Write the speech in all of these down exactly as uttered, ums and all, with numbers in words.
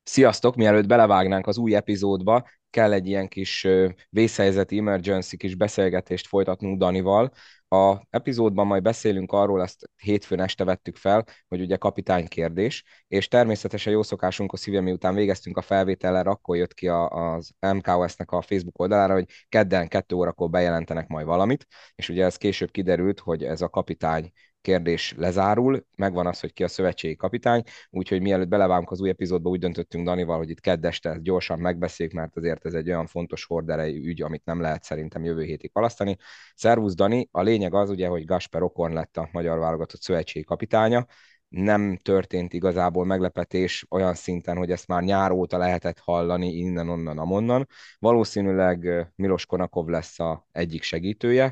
Sziasztok! Mielőtt belevágnánk az új epizódba, kell egy ilyen kis ö, vészhelyzeti, emergency kis beszélgetést folytatnunk Danival. A epizódban majd beszélünk arról, ezt hétfőn este vettük fel, hogy ugye kapitány kérdés, és természetesen jó szokásunkhoz hívja, miután végeztünk a felvétellel, akkor jött ki a, az em ká o es-nek a Facebook oldalára, hogy kedden kettő órakor bejelentenek majd valamit, és ugye ez később kiderült, hogy ez a kapitány kérdés lezárul, megvan az, hogy ki a szövetségi kapitány, úgyhogy mielőtt belevágunk az új epizódba, úgy döntöttünk Danival, hogy itt kedd este ezt gyorsan megbeszéljük, mert azért ez egy olyan fontos horderejű ügy, amit nem lehet szerintem jövő hétig halasztani. Szervusz Dani, a lényeg az ugye, hogy Gasper Okorn lett a magyar válogatott szövetségi kapitánya. Nem történt igazából meglepetés olyan szinten, hogy ezt már nyár óta lehetett hallani innen, onnan, amonnan. Valószínűleg eh, Milos Konakov lesz a egyik segítője,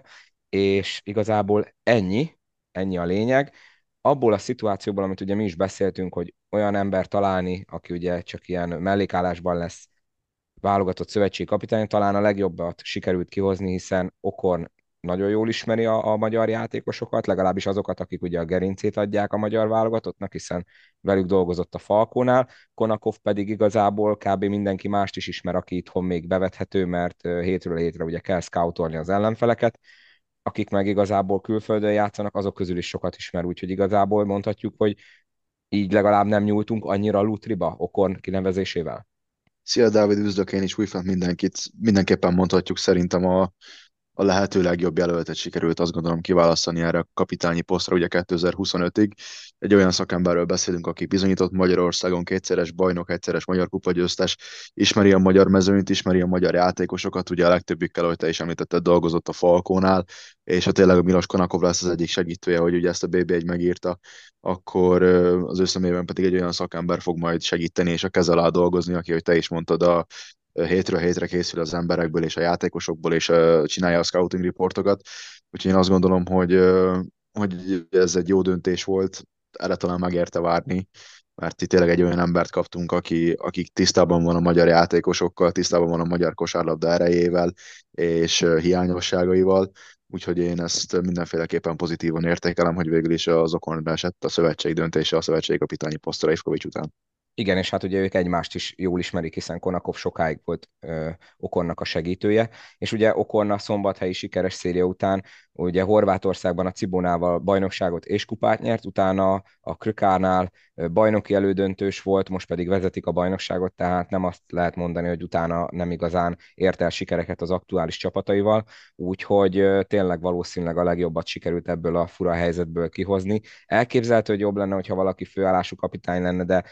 és igazából ennyi, ennyi a lényeg. Abból a szituációból, amit ugye mi is beszéltünk, hogy olyan ember találni, aki ugye csak ilyen mellékállásban lesz válogatott szövetségi kapitány, talán a legjobbat sikerült kihozni, hiszen Okorn nagyon jól ismeri a, a magyar játékosokat, legalábbis azokat, akik ugye a gerincét adják a magyar válogatottnak, hiszen velük dolgozott a Falkónál, Konakov pedig igazából kb. Mindenki mást is ismer, aki itthon még bevethető, mert ö, hétről hétre ugye kell scoutolni az ellenfeleket, akik meg igazából külföldön játszanak, azok közül is sokat ismer, úgyhogy igazából mondhatjuk, hogy így legalább nem nyúltunk annyira lutriba Okorn kinevezésével. Szia Dávid, üdvözlök én is újfent mindenkit. Mindenképpen mondhatjuk szerintem a, a lehető legjobb jelöltet sikerült azt gondolom kiválasztani erre a kapitányi posztra, ugye kétezer-huszonötig. Egy olyan szakemberről beszélünk, aki bizonyított Magyarországon kétszeres bajnok, egyszeres magyar kupagyőztes, ismeri a magyar mezőnyt, ismeri a magyar játékosokat, ugye a legtöbbükkel, ahogy te is említetted, dolgozott a Falkónál, és ha tényleg a Milos Konakov lesz az egyik segítője, hogy ugye ezt a bé bé egy megírta, akkor ö, az ő személyben pedig egy olyan szakember fog majd segíteni, és a keze alá dolgozni, aki, hogy te is mondtad, a hétről hétre készül az emberekből és a játékosokból, és uh, csinálja a scouting riportokat. Úgyhogy én azt gondolom, hogy, uh, hogy ez egy jó döntés volt, erre talán megérte várni, mert itt tényleg egy olyan embert kaptunk, aki, aki tisztában van a magyar játékosokkal, tisztában van a magyar kosárlabda erejével és uh, hiányosságaival, úgyhogy én ezt mindenféleképpen pozitívan értékelem, hogy végül is az Okornra esett a szövetség döntése a szövetségkapitányi posztra Ivkovics után. Igen, és hát ugye ők egymást is jól ismerik, hiszen Konakov sokáig volt ö, Okornak a segítője, és ugye Okorn a szombathelyi sikeres széria után ugye Horvátországban a Cibonával bajnokságot és kupát nyert, utána a Krkánál ö, bajnoki elődöntős volt, most pedig vezetik a bajnokságot, tehát nem azt lehet mondani, hogy utána nem igazán ért el sikereket az aktuális csapataival, úgyhogy ö, tényleg valószínűleg a legjobbat sikerült ebből a fura helyzetből kihozni. Elképzelhető, hogy jobb lenne, hogyha valaki főállású kapitány lenne, de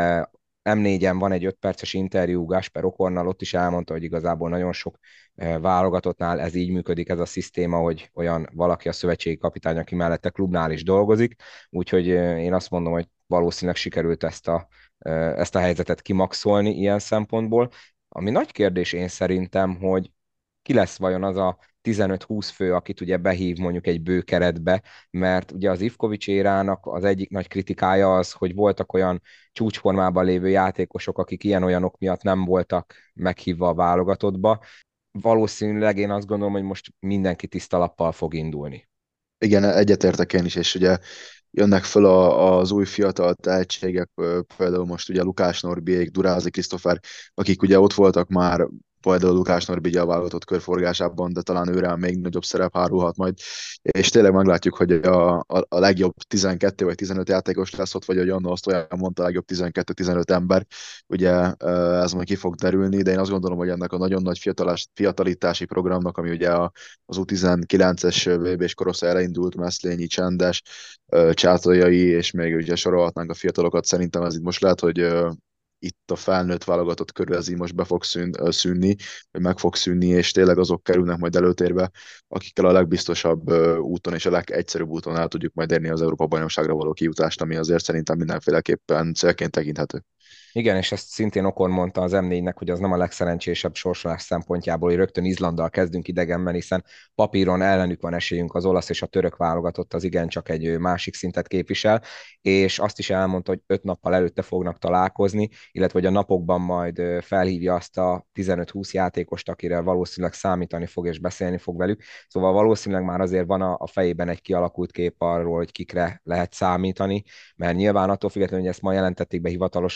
em négyen van egy öt perces interjú Gasper Okornnal, ott is elmondta, hogy igazából nagyon sok válogatottnál ez így működik, ez a szisztéma, hogy olyan valaki a szövetségi kapitány, aki mellette klubnál is dolgozik, úgyhogy én azt mondom, hogy valószínűleg sikerült ezt a, ezt a helyzetet kimaxolni ilyen szempontból. Ami nagy kérdés én szerintem, hogy ki lesz vajon az a tizenöt-húsz fő, akit ugye behív mondjuk egy bő keretbe, mert ugye az Ivkovics érának az egyik nagy kritikája az, hogy voltak olyan csúcsformában lévő játékosok, akik ilyen-olyanok miatt nem voltak meghívva a válogatottba. Valószínűleg én azt gondolom, hogy most mindenki tiszta lappal fog indulni. Igen, egyetértek én is, és ugye jönnek föl a, az új fiatal tehetségek, ö, például most ugye Lukás Norbiék, Durázi Krisztofer, akik ugye ott voltak már, például Lukás Norbi ugye a válogatott körforgásában, de talán őre még nagyobb szerep hárulhat majd, és tényleg meglátjuk, hogy a, a, a legjobb tizenkettő vagy tizenöt játékos lesz ott, vagy hogy annól azt olyan mondta, a legjobb tizenkettő-tizenöt ember, ugye ö, ez majd ki fog derülni, de én azt gondolom, hogy ennek a nagyon nagy fiatalás, fiatalítási programnak, ami ugye a, az u tizenkilences vé bés korosztály elindult, Meszlényi, Csendes, Csátolyai, és még ugye sorolhatnánk a fiatalokat, szerintem ez itt most lehet, hogy uh, itt a felnőtt válogatott körül ez így most be fog szűn, uh, szűnni, vagy meg fog szűnni, és tényleg azok kerülnek majd előtérbe, akikkel a legbiztosabb uh, úton és a legegyszerűbb úton el tudjuk majd érni az Európa-bajnokságra való kijutást, ami azért szerintem mindenféleképpen célként tekinthető. Igen, és ezt szintén Okon mondta az em négynek, hogy az nem a legszerencsésebb sorsolás szempontjából, hogy rögtön Izlanddal kezdünk idegenben, hiszen papíron ellenük van esélyünk, az olasz és a török válogatott az igencsak egy másik szintet képvisel, és azt is elmondta, hogy öt nappal előtte fognak találkozni, illetve hogy a napokban majd felhívja azt a tizenöt-húsz játékost, akire valószínűleg számítani fog és beszélni fog velük. Szóval valószínűleg már azért van a, a fejében egy kialakult kép arról, hogy kikre lehet számítani, mert nyilván attól függetlenül, hogy ezt ma jelentették be hivatalosan,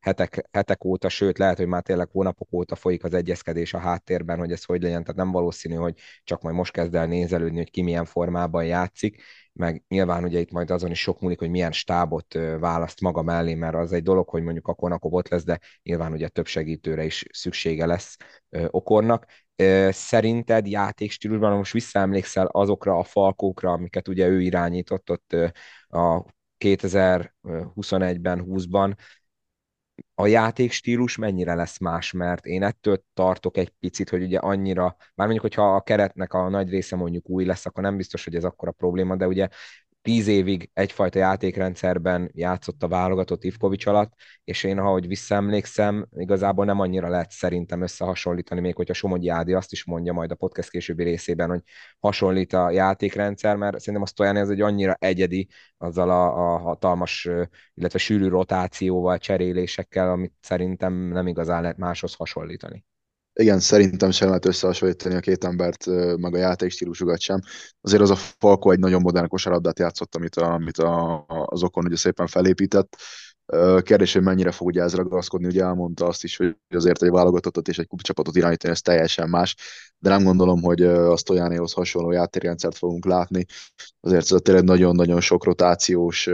hetek, hetek óta, sőt lehet, hogy már tényleg hónapok óta folyik az egyezkedés a háttérben, hogy ez hogy legyen, tehát nem valószínű, hogy csak majd most kezd el nézelődni, hogy ki milyen formában játszik, meg nyilván ugye itt majd azon is sok múlik, hogy milyen stábot választ maga mellé, mert az egy dolog, hogy mondjuk a Konakov ott lesz, de nyilván ugye több segítőre is szüksége lesz Okornak. Szerinted játékstílusban, most visszaemlékszel azokra a falkókra, amiket ugye ő irányított ott a kétezer-huszonegyben, húszban, a játékstílus mennyire lesz más, mert én ettől tartok egy picit, hogy ugye annyira, már mondjuk, hogyha a keretnek a nagy része mondjuk új lesz, akkor nem biztos, hogy ez akkora probléma, de ugye tíz évig egyfajta játékrendszerben játszott a válogatott Ivkovics alatt, és én, ahogy visszaemlékszem, igazából nem annyira lehet szerintem összehasonlítani, még hogyha Somogyi Ádi azt is mondja majd a podcast későbbi részében, hogy hasonlít a játékrendszer, mert szerintem a Stojan ez egy annyira egyedi, azzal a, a hatalmas, illetve sűrű rotációval, cserélésekkel, amit szerintem nem igazán lehet máshoz hasonlítani. Igen, szerintem sem lehet összehasonlítani a két embert, meg a játékstílusukat sem. Azért az a Falco egy nagyon modern kosárlabdát játszott, amit, a, amit a, az Okon ugye szépen felépített. Kérdés, hogy mennyire fog ugye ez ragaszkodni, ugye elmondta azt is, hogy azért egy válogatottat és egy kupcsapatot irányítani, ez teljesen más, de nem gondolom, hogy a Stojanéhoz hasonló játékrendszert fogunk látni. Azért ez tényleg nagyon-nagyon sok rotációs,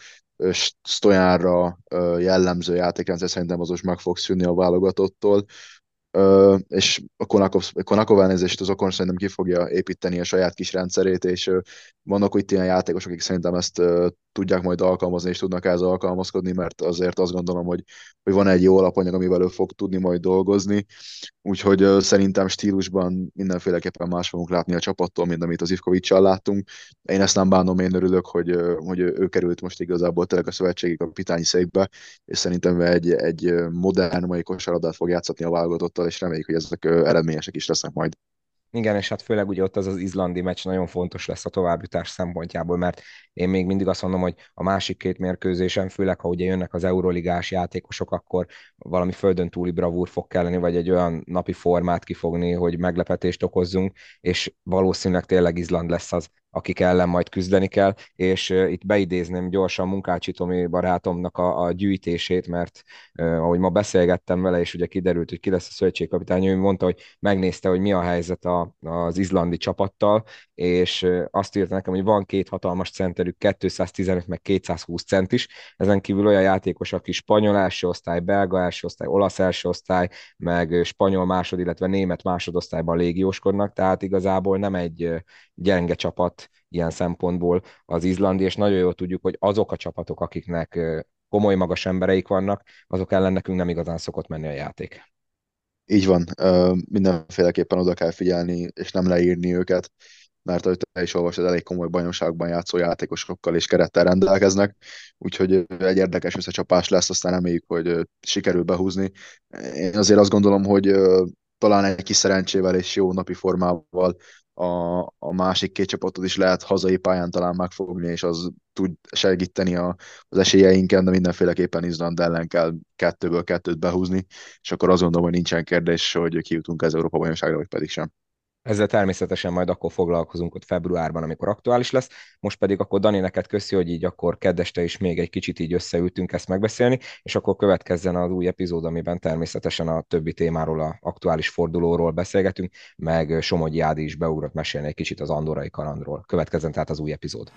Stojanra jellemző játékrendszer szerintem az most meg fog szűnni a válogatottól. Ö, és a Konakov, Konakov elnézést az Okon szerintem ki fogja építeni a saját kis rendszerét, és ö, vannak itt ilyen játékosok, akik szerintem ezt ö, tudják majd alkalmazni, és tudnak ehhez alkalmazkodni, mert azért azt gondolom, hogy, hogy van egy jó alapanyag, amivel ő fog tudni majd dolgozni. Úgyhogy ö, szerintem stílusban mindenféleképpen más fogunk látni a csapattól, mint amit az Ivkovics-sal láttunk. Én ezt nem bánom, én örülök, hogy, ö, hogy ő, ő került most igazából tényleg a szövetségi kapitányi székbe, és szerintem egy, egy modern mai kosárlabdát fog játszatni a válogatottal, és reméljük, hogy ezek ö, eredményesek is lesznek majd. Igen, és hát főleg ugye ott az az izlandi meccs nagyon fontos lesz a továbbjutás szempontjából, mert én még mindig azt mondom, hogy a másik két mérkőzésen, főleg ha ugye jönnek az euroligás játékosok, akkor valami földön túli bravúr fog kelleni, vagy egy olyan napi formát kifogni, hogy meglepetést okozzunk, és valószínűleg tényleg Izland lesz az, akik ellen majd küzdeni kell, és uh, itt beidézném gyorsan Munkácsi Tomi barátomnak a, a gyűjtését, mert uh, ahogy ma beszélgettem vele, és ugye kiderült, hogy ki lesz a szövetségkapitány, ő mondta, hogy megnézte, hogy mi a helyzet a, az izlandi csapattal, és azt írta nekem, hogy van két hatalmas centerük, kétszáztizenöt meg kétszázhúsz cent is, ezen kívül olyan játékosok, aki spanyol első osztály, belga első osztály, olasz első osztály, meg spanyol másod, illetve német másodosztályban légióskodnak, tehát igazából nem egy gyenge csapat ilyen szempontból az izlandi, és nagyon jól tudjuk, hogy azok a csapatok, akiknek komoly magas embereik vannak, azok ellen nekünk nem igazán szokott menni a játék. Így van, ö, mindenféleképpen oda kell figyelni, és nem leírni őket, mert ahogy te is olvasod, elég komoly bajnokságban játszó játékosokkal és kerettel rendelkeznek, úgyhogy egy érdekes összecsapás lesz, aztán reméljük, hogy sikerül behúzni. Én azért azt gondolom, hogy talán egy kis szerencsével és jó napi formával a, a másik két csapatot is lehet hazai pályán talán megfogni, és az tud segíteni a, az esélyeinken, de mindenféleképpen Izland ellen kell kettőből kettőt behúzni, és akkor azt gondolom, hogy nincsen kérdés, hogy kijutunk az Európa bajnokságra, vagy pedig sem. Ezzel természetesen majd akkor foglalkozunk ott februárban, amikor aktuális lesz. Most pedig akkor Dani, neked köszi, hogy így akkor keddeste is még egy kicsit így összeültünk ezt megbeszélni, és akkor következzen az új epizód, amiben természetesen a többi témáról, a aktuális fordulóról beszélgetünk, meg Somogyi Ádi is beugrott mesélni egy kicsit az Andorrai kalandról. Következzen tehát az új epizód.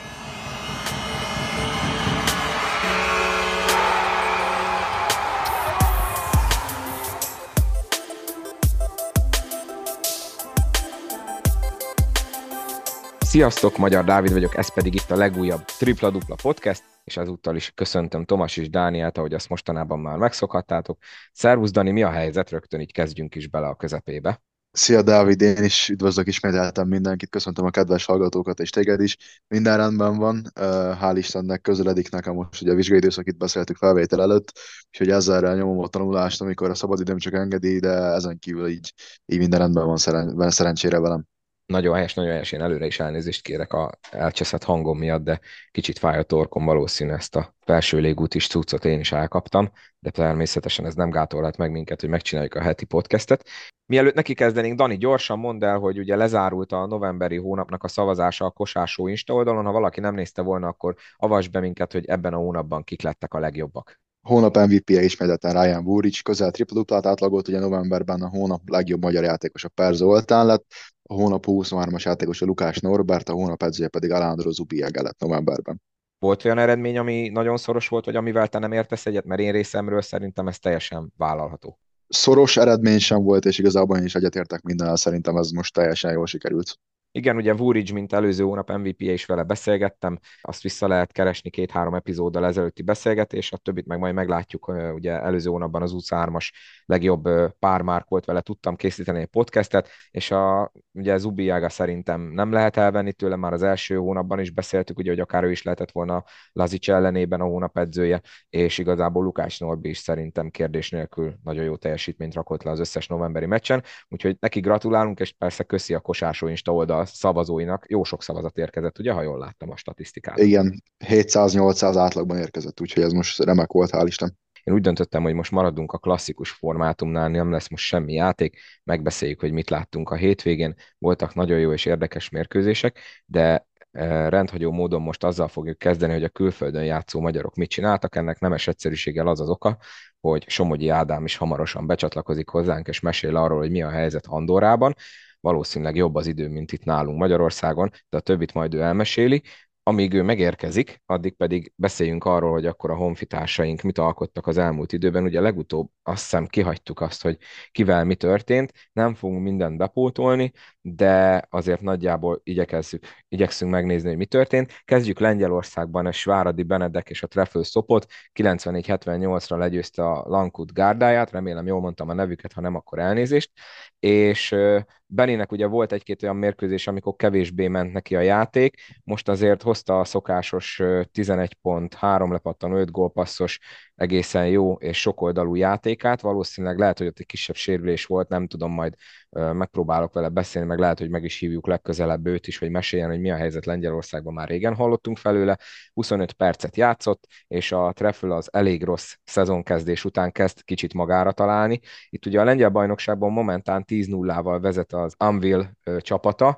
Sziasztok, Magyar Dávid vagyok, ez pedig itt a legújabb Tripla Dupla Podcast, és ezúttal is köszöntöm Tomas és Dánielt, ahogy azt mostanában már megszokhattátok. Szervusz Dani, mi a helyzet? Rögtön így kezdjünk is bele a közepébe. Szia Dávid, én is üdvözlök ismételten mindenkit, köszöntöm a kedves hallgatókat és téged is. Minden rendben van, hál' Istennek közeledik nekem most ugye a vizsgai időszak, itt beszéltük felvétel előtt, úgyhogy ezzel nyomom a tanulást, amikor a szabadidőm csak engedi, de ezen kívül így, így minden rendben van szeren- szerencsére velem. Nagyon helyes, nagyon helyes, én előre is elnézést kérek a elcseszett hangom miatt, de kicsit fáj a torkom, valószínű ezt a felső légútis cuccot én is elkaptam, de természetesen ez nem gátolhat meg minket, hogy megcsináljuk a heti podcastet. Mielőtt neki kezdenénk, Dani, gyorsan mondd el, hogy ugye lezárult a novemberi hónapnak a szavazása a Kosásó Insta oldalon, ha valaki nem nézte volna, akkor avasd be minket, hogy ebben a hónapban kik lettek a legjobbak. Hónap em vé pé-je ismételten Ryan Vuric, közel tripla-duplát átlagolt, ugye novemberben a hónap legjobb magyar játékos a Per Zoltán lett, a hónap huszonhármas játékos a Lukás Norbert, a hónap edzője pedig Alejandro Zubiega lett novemberben. Volt olyan eredmény, ami nagyon szoros volt, vagy amivel te nem értesz egyet, mert én részemről szerintem ez teljesen vállalható. Szoros eredmény sem volt, és igazából én is egyetértek mindennel, szerintem ez most teljesen jól sikerült. Igen, ugye Vuric, mint előző hónap em vé pé-je is vele beszélgettem, azt vissza lehet keresni két-három epizóddal ezelőtti beszélgetés, a többit meg majd meglátjuk, ugye előző hónapban az huszonhármas legjobb pármárk volt vele, tudtam készíteni egy podcastet, és a, ugye Zubiaga szerintem nem lehet elvenni tőle, már az első hónapban is beszéltük, ugye, hogy akár ő is lehetett volna Lazic ellenében a hónap edzője, és igazából Lukács Norbi is szerintem kérdés nélkül nagyon jó teljesítményt rakott le az összes novemberi meccsen, úgyhogy neki gratulálunk, és persze köszi a Kosásó Insta oldal szavazóinak. Jó sok szavazat érkezett, ugye, ha jól láttam a statisztikát. Igen, hétszáz-nyolcszáz átlagban érkezett, úgyhogy ez most remek volt, hál' Isten. Én úgy döntöttem, hogy most maradunk a klasszikus formátumnál, nem lesz most semmi játék, megbeszéljük, hogy mit láttunk a hétvégén. Voltak nagyon jó és érdekes mérkőzések, de eh, rendhagyó módon most azzal fogjuk kezdeni, hogy a külföldön játszó magyarok mit csináltak. Ennek nemes egyszerűséggel az az oka, hogy Somogyi Ádám is hamarosan becsatlakozik hozzánk, és mesél arról, hogy mi a helyzet Andorrában. Valószínűleg jobb az idő, mint itt nálunk Magyarországon, de a többit majd ő elmeséli. Amíg ő megérkezik, addig pedig beszéljünk arról, hogy akkor a honfitársaink mit alkottak az elmúlt időben. Ugye legutóbb azt hiszem kihagytuk azt, hogy kivel mi történt, nem fogunk mindent bepótolni, de azért nagyjából igyekezzük, igyekszünk megnézni, hogy mi történt. Kezdjük Lengyelországban, a Sváradi Benedek és a Treffel Sopot kilencvennégy hetvennyolcra legyőzte a Lankut gárdáját, remélem jól mondtam a nevüket, ha nem, akkor elnézést, és Beninek ugye volt egy-két olyan mérkőzés, amikor kevésbé ment neki a játék, most azért hozta a szokásos tizenegy pont, három lepattanó, öt gólpasszos, egészen jó és sokoldalú játékát. Valószínűleg lehet, hogy ott egy kisebb sérülés volt, nem tudom, majd megpróbálok vele beszélni, meg lehet, hogy meg is hívjuk legközelebb őt is, hogy meséljen, hogy mi a helyzet Lengyelországban, már régen hallottunk felőle. huszonöt percet játszott, és a Treffel az elég rossz szezonkezdés után kezd kicsit magára találni. Itt ugye a lengyel bajnokságban momentán tíz nullával vezet az Anvil csapata,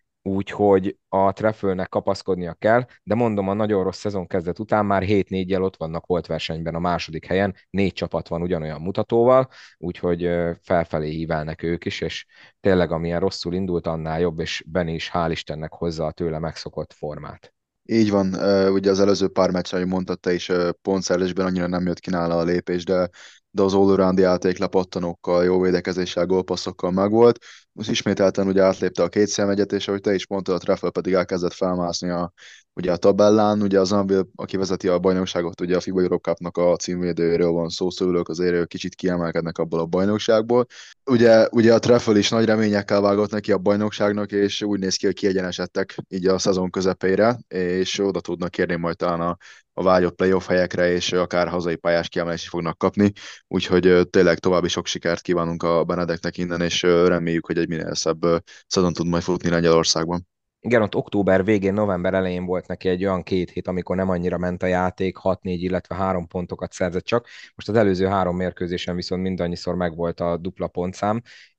úgyhogy a Trefölnek kapaszkodnia kell, de mondom, a nagyon rossz szezon kezdet után már hét négyel ott vannak volt versenyben a második helyen, négy csapat van ugyanolyan mutatóval, úgyhogy felfelé hívelnek ők is, és tényleg amilyen rosszul indult, annál jobb, és Benny is hál' Istennek hozza a tőle megszokott formát. Így van, ugye az előző pár meccs, ahogy mondtad te is, pontszerzésben annyira nem jött ki nála a lépés, de, de az all játék lepattanókkal, jó védekezéssel, gólpasszokkal megvolt. Most ismételten ugye átlépte a két szemegyet, és ahogy te is mondtad, a Treffel pedig elkezdett felmászni a, ugye a tabellán, ugye az Anvil, aki vezeti a bajnokságot, ugye a FIBA Europe Cup-nak a címvédőjéről van szó, szóval ők azért ők kicsit kiemelkednek abból a bajnokságból. Ugye, ugye a Treffel is nagy reményekkel vágott neki a bajnokságnak, és úgy néz ki, hogy kiegyenesedtek így a szezon közepére, és oda tudnak kérni majd talán a, a vágyott playoff helyekre, és akár hazai pályás kiemelést fognak kapni. Úgyhogy tényleg további sok sikert kívánunk a Benedeknek innen, és reméljük, hogy egy minél szebb szezon tud majd futni Lengyelországban. Igen, ott október végén, november elején volt neki egy olyan két hét, amikor nem annyira ment a játék, hat négy, illetve három pontokat szerzett csak. Most az előző három mérkőzésen viszont mindannyiszor megvolt a dupla pontszám,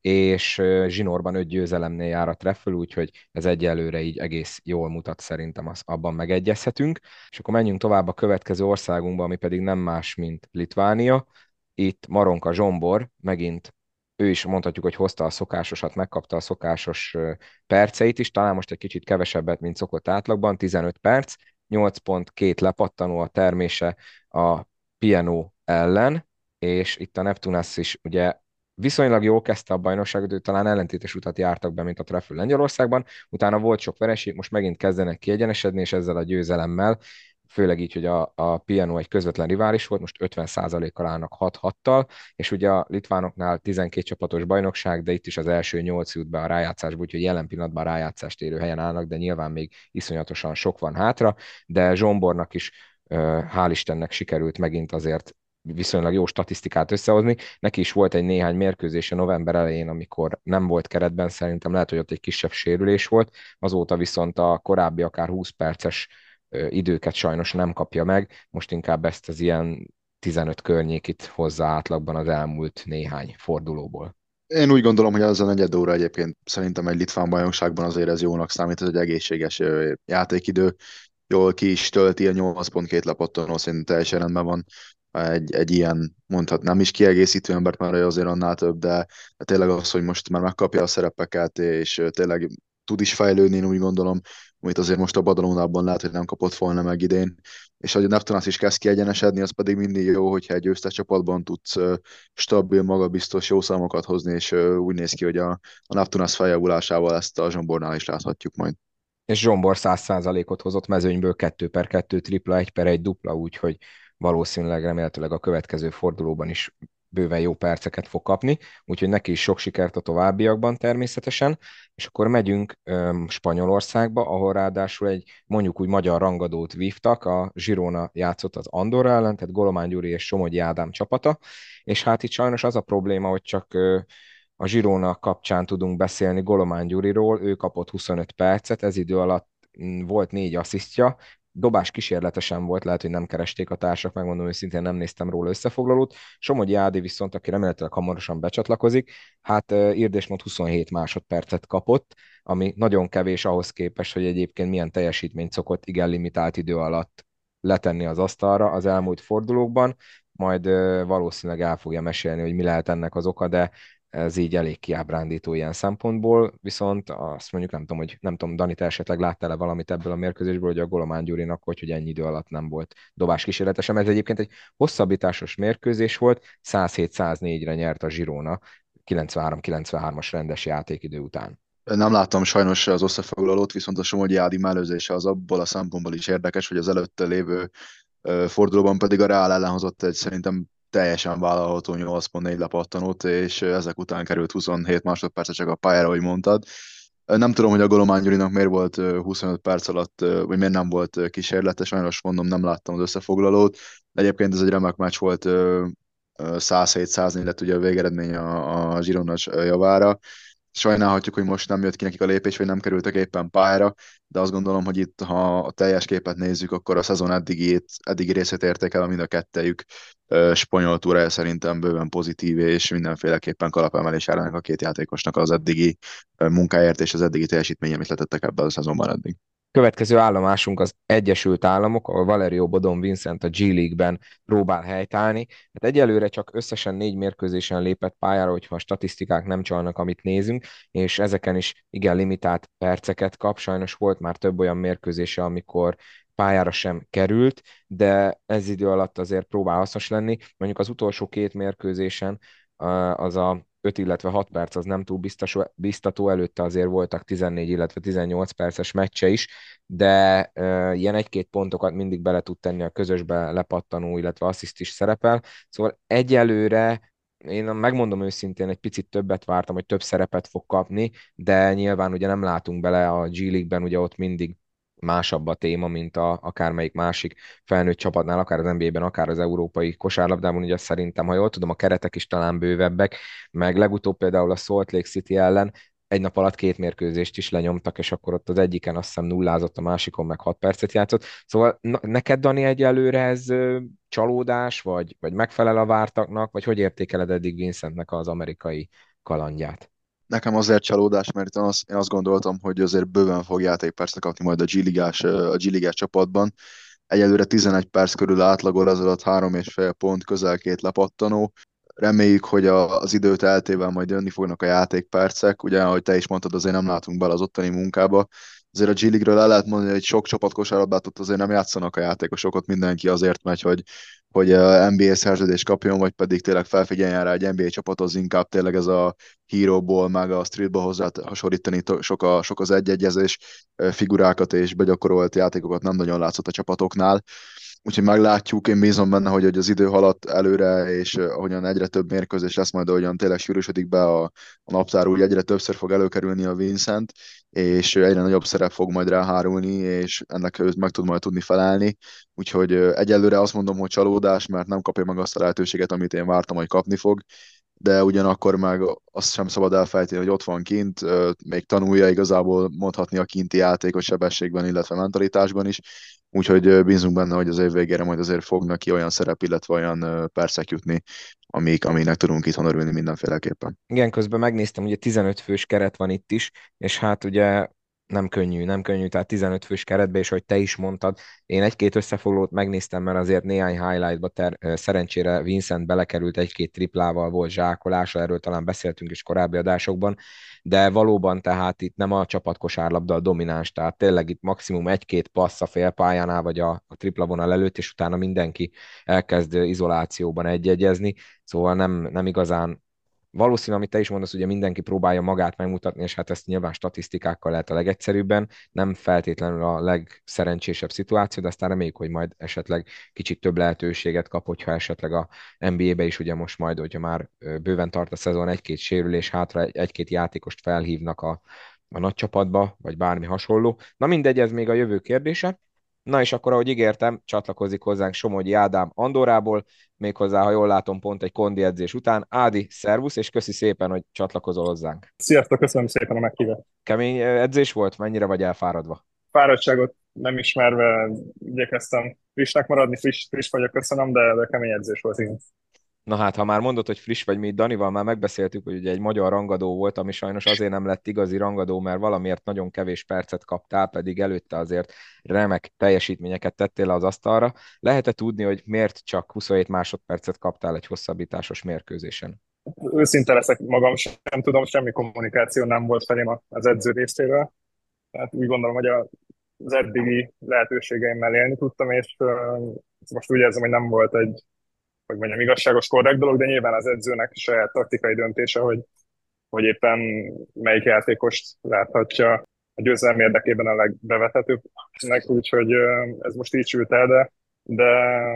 és zsinórban öt győzelemnél jár a Treffel, úgyhogy ez egyelőre így egész jól mutat, szerintem az, abban megegyezhetünk. És akkor menjünk tovább a következő országunkba, ami pedig nem más, mint Litvánia. Itt Maronka Zsombor megint ő is mondhatjuk, hogy hozta a szokásosat, megkapta a szokásos perceit is, talán most egy kicsit kevesebbet, mint szokott átlagban, tizenöt perc, nyolc pont két lepattanó a termése a Piano ellen, és itt a Neptunas is ugye viszonylag jól kezdte a bajnokságot, ő talán ellentétes utat jártak be, mint a Treffel Lengyelországban, utána volt sok vereség, most megint kezdenek kiegyenesedni, és ezzel a győzelemmel, főleg így, hogy a, a Piano egy közvetlen rivális volt, most ötven százalékkal állnak hat hattal, és ugye a litvánoknál tizenkét csapatos bajnokság, de itt is az első nyolc jut be a rájátszásba, úgyhogy jelen pillanatban a rájátszást érő helyen állnak, de nyilván még iszonyatosan sok van hátra, de Zsombornak is hál' Istennek sikerült megint azért viszonylag jó statisztikát összehozni. Neki is volt egy néhány mérkőzése november elején, amikor nem volt keretben, szerintem lehet, hogy ott egy kisebb sérülés volt, azóta viszont a korábbi akár húsz perces időket sajnos nem kapja meg, most inkább ezt az ilyen tizenöt környékit hozza átlagban az elmúlt néhány fordulóból. Én úgy gondolom, hogy az a negyed óra egyébként szerintem egy litván bajnokságban azért ez jónak számít, ez egy egészséges játékidő, jól ki is tölti, a nyolc pont két lepattanó szerintem teljesen rendben van. egy, egy ilyen, mondhatnám is kiegészítő embert, mert ő azért annál több, de, de tényleg az, hogy most már megkapja a szerepeket, és tényleg tud is fejlődni, én úgy gondolom, amit azért most a Badalonában lehet, hogy nem kapott volna meg idén, és hogy a Neptunász is kezd kiegyenesedni, az pedig mindig jó, hogyha egy győztes csapatban tudsz stabil, magabiztos, jó számokat hozni, és úgy néz ki, hogy a, a Neptunász feljavulásával ezt a Zsombornál is láthatjuk majd. És Zsombor száz százalékot hozott mezőnyből kettő per kettő tripla, egy per egy dupla, úgyhogy valószínűleg remélhetőleg a következő fordulóban is bőven jó perceket fog kapni, úgyhogy neki is sok sikert a továbbiakban természetesen, és akkor megyünk öm, Spanyolországba, ahol ráadásul egy mondjuk úgy magyar rangadót vívtak, a Girona játszott az Andorra ellen, tehát Golomán Gyuri és Somogyi Ádám csapata, és hát itt sajnos az a probléma, hogy csak ö, a Girona kapcsán tudunk beszélni Golomán Gyuriról, ő kapott huszonöt percet, ez idő alatt mm, volt négy asszisztja, dobás kísérletesen volt, lehet, hogy nem keresték a társak, megmondom őszintén, nem néztem róla összefoglalót. Somogyi Ádi viszont, aki remélhetőleg hamarosan becsatlakozik, hát Irdésmond huszonhét másodpercet kapott, ami nagyon kevés ahhoz képest, hogy egyébként milyen teljesítményt szokott igen limitált idő alatt letenni az asztalra az elmúlt fordulókban, majd valószínűleg el fogja mesélni, hogy mi lehet ennek az oka, de ez így elég kiábrándító ilyen szempontból, viszont azt mondjuk nem tudom, hogy nem tudom, Dani, te esetleg láttál-e valamit ebből a mérkőzésből, hogy a Golomán Gyurinak, hogy, hogy ennyi idő alatt nem volt dobás kísérletesen. Ez egyébként egy hosszabbításos mérkőzés volt, száz hét száz négyre nyert a Girona kilencvenhárom kilencvenhármas rendes játékidő után. Nem láttam sajnos az összefoglalót, viszont a Somogyi Ádi mellőzése az abból a szempontból is érdekes, hogy az előtte lévő ö, fordulóban pedig a Real ellen hozott egy szerintem teljesen vállalható nyolc pont négy lepattanót, és ezek után került huszonhét másodperce csak a pályára, ahogy mondtad. Nem tudom, hogy a Golomán Gyurinak miért volt huszonöt perc alatt, vagy miért nem volt kísérlete, sajnos mondom, nem láttam az összefoglalót. De egyébként ez egy remek meccs volt, száz hét száz négy lett ugye a végeredmény a, a Girona javára. Sajnálhatjuk, hogy most nem jött ki nekik a lépés, vagy nem kerültek éppen pályára, de azt gondolom, hogy itt, ha a teljes képet nézzük, akkor a szezon eddigi, eddigi részét érték el, mind a kettejük spanyol túrája szerintem bőven pozitív, és mindenféleképpen kalapemelés ennek a két játékosnak az eddigi munkáért és az eddigi teljesítmény, amit letettek ebben a szezonban eddig. Következő állomásunk az Egyesült Államok, ahol Valerio Bodon Vincent a G League-ben próbál helytállni. Hát egyelőre csak összesen négy mérkőzésen lépett pályára, hogyha a statisztikák nem csalnak, amit nézünk, és ezeken is igen limitált perceket kap. Sajnos volt már több olyan mérkőzése, amikor pályára sem került, de ez idő alatt azért próbál hasznos lenni. Mondjuk az utolsó két mérkőzésen uh, az a öt, illetve hat perc az nem túl biztos, biztató, előtte azért voltak tizennégy, illetve tizennyolc perces meccse is, de uh, ilyen egy-két pontokat mindig bele tud tenni a közösbe lepattanó, illetve assziszt is szerepel. Szóval egyelőre én megmondom őszintén, egy picit többet vártam, hogy több szerepet fog kapni, de nyilván ugye nem látunk bele a G League-ben, ugye ott mindig másabb a téma, mint a, akármelyik másik felnőtt csapatnál, akár az N B A-ben, akár az európai kosárlabdában, ugye szerintem, ha jól tudom, a keretek is talán bővebbek, meg legutóbb például a Salt Lake City ellen egy nap alatt két mérkőzést is lenyomtak, és akkor ott az egyiken azt hiszem nullázott, a másikon meg hat percet játszott. Szóval na, neked, Dani, egyelőre ez ö, csalódás, vagy, vagy megfelel a vártaknak, vagy hogy értékeled eddig Vincentnek az amerikai kalandját? Nekem azért csalódás, mert én azt, én azt gondoltam, hogy azért bőven fog játékpercet kapni majd a G-ligás, a G-ligás csapatban. Egyelőre tizenegy perc körül átlagol, az alatt három és fél pont, közel két lepattanó. Reméljük, hogy a, az időt eltével majd jönni fognak a játékpercek. Ugye, ahogy te is mondtad, azért nem látunk bele az ottani munkába. Azért a G-League-ről el lehet mondani, hogy sok csapat kosárlabdát ott azért nem játszanak a játékosok, ott mindenki azért megy, hogy, hogy a N B A szerződést kapjon, vagy pedig tényleg felfigyeljen rá egy N B A csapathoz, inkább tényleg ez a híróból, meg a streetball hozzá hasonlítani, sok, a, sok az egy-egyezés, figurákat és begyakorolt játékokat nem nagyon látszott a csapatoknál. Úgyhogy meglátjuk, én bízom benne, hogy, hogy az idő haladt előre, és uh, ahogyan egyre több mérkőzés lesz, majd ahogyan tényleg sűrűsödik be a, a naptár, úgy egyre többször fog előkerülni a Vincent, és egyre nagyobb szerep fog majd ráhárulni, és ennek ő meg tud majd tudni felelni. Úgyhogy uh, egyelőre azt mondom, hogy csalódás, mert nem kapja meg azt a lehetőséget, amit én vártam, hogy kapni fog, de ugyanakkor meg azt sem szabad elfelejteni, hogy ott van kint, még tanulja igazából mondhatni a kinti játékot sebességben, illetve mentalitásban is, úgyhogy bízunk benne, hogy az év végére majd azért fognak ki olyan szerep, illetve olyan percek jutni, amik, aminek tudunk itthon örülni mindenféleképpen. Igen, közben megnéztem, ugye tizenöt fős keret van itt is, és hát ugye Nem könnyű, nem könnyű, tehát tizenöt fős keretbe, és hogy te is mondtad, én egy-két összefoglalót megnéztem, mert azért néhány highlightba ter, szerencsére Vincent belekerült egy-két triplával, volt zsákolása, erről talán beszéltünk is korábbi adásokban, de valóban tehát itt nem a csapatkosárlabda a domináns, tehát tényleg itt maximum egy-két passz a félpályánál, vagy a, a tripla vonal előtt, és utána mindenki elkezd izolációban egyegyezni, szóval nem, nem igazán valószínű, amit te is mondasz, ugye mindenki próbálja magát megmutatni, és hát ezt nyilván statisztikákkal lehet a legegyszerűbben, nem feltétlenül a legszerencsésebb szituáció, de aztán reméljük, hogy majd esetleg kicsit több lehetőséget kap, hogyha esetleg a en bé á-be is ugye most majd, hogyha már bőven tart a szezon, egy-két sérülés hátra, egy-két játékost felhívnak a, a nagy csapatba, vagy bármi hasonló. Na mindegy, ez még a jövő kérdése. Na és akkor, ahogy ígértem, csatlakozik hozzánk Somogyi Ádám Andorrából, méghozzá, ha jól látom, pont egy kondi edzés után. Ádi, szervusz, és köszi szépen, hogy csatlakozol hozzánk. Sziasztok, köszönöm szépen a meghívást. Kemény edzés volt? Mennyire vagy elfáradva? Fáradtságot nem ismerve igyekeztem frissnek maradni, friss, friss vagyok, köszönöm, de, de kemény edzés volt, igen. Na hát, ha már mondod, hogy friss vagy, mi itt Danival már megbeszéltük, hogy ugye egy magyar rangadó volt, ami sajnos azért nem lett igazi rangadó, mert valamiért nagyon kevés percet kaptál, pedig előtte azért remek teljesítményeket tettél le az asztalra. Lehet-e tudni, hogy miért csak huszonhét másodpercet kaptál egy hosszabbításos mérkőzésen? Őszinte leszek, magam sem tudom, semmi kommunikáció nem volt felém az edző részéről. Tehát úgy gondolom, hogy az eddigi lehetőségeimmel élni tudtam, és uh, most úgy érzem, hogy nem volt egy, hogy mondjam, igazságos, korrekt dolog, de nyilván az edzőnek saját taktikai döntése, hogy, hogy éppen melyik játékost láthatja a győzelem érdekében a legbevethetőbbnek, úgyhogy uh, ez most így sült el, de, de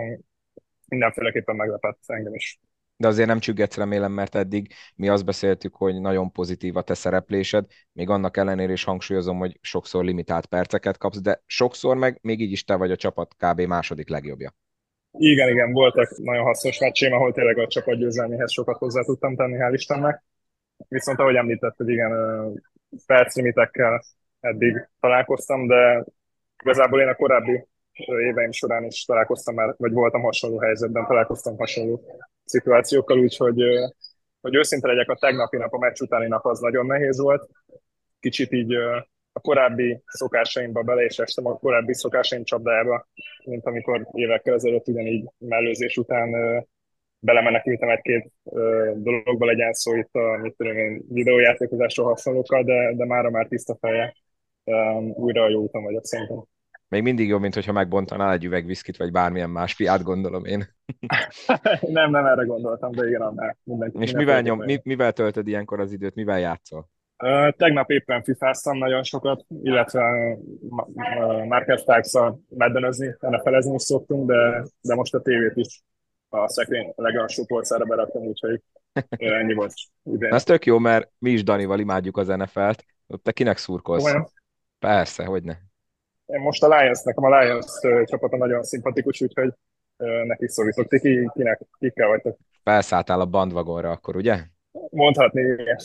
mindenféleképpen meglepett engem is. De azért nem csüggetsz, remélem, mert eddig mi azt beszéltük, hogy nagyon pozitív a te szereplésed, még annak ellenére is hangsúlyozom, hogy sokszor limitált perceket kapsz, de sokszor meg még így is te vagy a csapat kb. Második legjobbja. Igen, igen, voltak nagyon hasznos meccseim, ahol tényleg a csapat győzelméhez sokat hozzá tudtam tenni, hál' Istennek. Viszont ahogy említetted, igen, perclimitekkel eddig találkoztam, de igazából én a korábbi éveim során is találkoztam már, vagy voltam hasonló helyzetben, találkoztam hasonló szituációkkal, úgyhogy hogy őszinte legyek, a tegnapi nap, a meccs utáni nap az nagyon nehéz volt. Kicsit így a korábbi szokásaimba bele, és estem a korábbi szokásaim csapdájába, mint amikor évekkel ezelőtt ugyanígy mellőzés után belemenekültem egy-két dologba, legyen szó itt a mit tudom én, videójátékozásról hasonlókkal, de, de mára már tiszta feje. Újra a jó úton vagyok szerintem. Még mindig jobb, mint hogyha megbontanál egy üveg viszkit, vagy bármilyen más piát, gondolom én. nem, nem erre gondoltam, de igen, annál. Mindenki, és mivel, nyom, mi, mivel töltöd ilyenkor az időt, mivel játszol? Uh, tegnap éppen fifáztam nagyon sokat, illetve uh, Market Starks-szal meddenözni, enefelezni is szoktunk, de, de most a tévét is a szekrény legalsó polcára beraktam, úgyhogy ennyi volt idén. Ez tök jó, mert mi is Danival imádjuk az en ef el-t. Te kinek szurkolsz? Olyan? Persze, hogyne. Én most a Lions, nekem a Lions uh, csapata nagyon szimpatikus, úgyhogy uh, neki szólítok. Ti ki, kinek, kikkel vagytok? Felszálltál a bandvagonra akkor, ugye? Mondhatni, igen.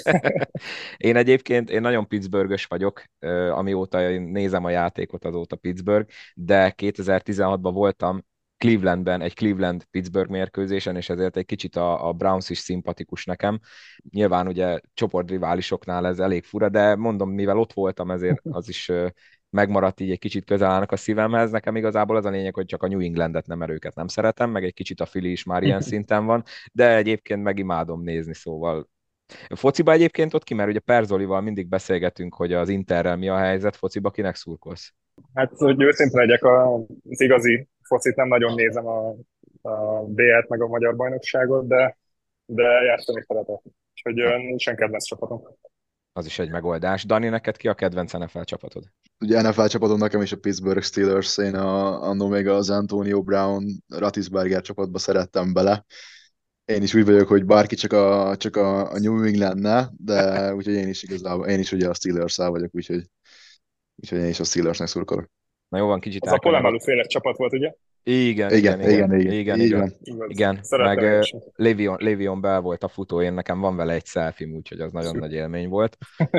Én egyébként, én nagyon Pittsburghös vagyok, amióta én nézem a játékot, azóta Pittsburgh, de kétezer-tizenhatban voltam Clevelandben, egy Cleveland-Pittsburgh mérkőzésen, és ezért egy kicsit a, a Browns is szimpatikus nekem. Nyilván ugye csoportriválisoknál ez elég fura, de mondom, mivel ott voltam, ezért az is megmaradt így egy kicsit közel állnak a szívemhez. Nekem igazából az a lényeg, hogy csak a New Englandet nem, mert őket nem szeretem, meg egy kicsit a Philly is már ilyen szinten van, de egyébként megimádom nézni, szóval fociba egyébként ott ki, mert ugye Perzolival mindig beszélgetünk, hogy az Interrel mi a helyzet, fociba kinek szurkolsz? Hát, hogy őszinte legyek, az igazi focit nem nagyon nézem a, a bé el-t meg a magyar bajnokságot, de, de játszani szeretek. Úgyhogy nincsen kedvenc csapatom. Az is egy megoldás. Dani, neked ki a kedvenc en ef el csapatod? Ugye en ef el csapatom nekem is a Pittsburgh Steelers, én a, annó még az Antonio Brown Ratisberger csapatba szerettem bele. Én is úgy vagyok, hogy bárki csak a, csak a, a New England-ne, de úgyhogy én is igazából, én is ugye a Steelers-el vagyok, úgyhogy, úgyhogy én is a Steelersnek szurkolok. Na jó van, kicsit az a Polamalu féle csapat volt, ugye? Igen, igen, Igen, igen, igen, igen. igen, Így igen. van. Igaz. Igen, meg Szerettem én uh, is. Le'Veon, Le'Veon Bell volt a futó, én nekem van vele egy selfie, úgyhogy az nagyon nagy élmény volt.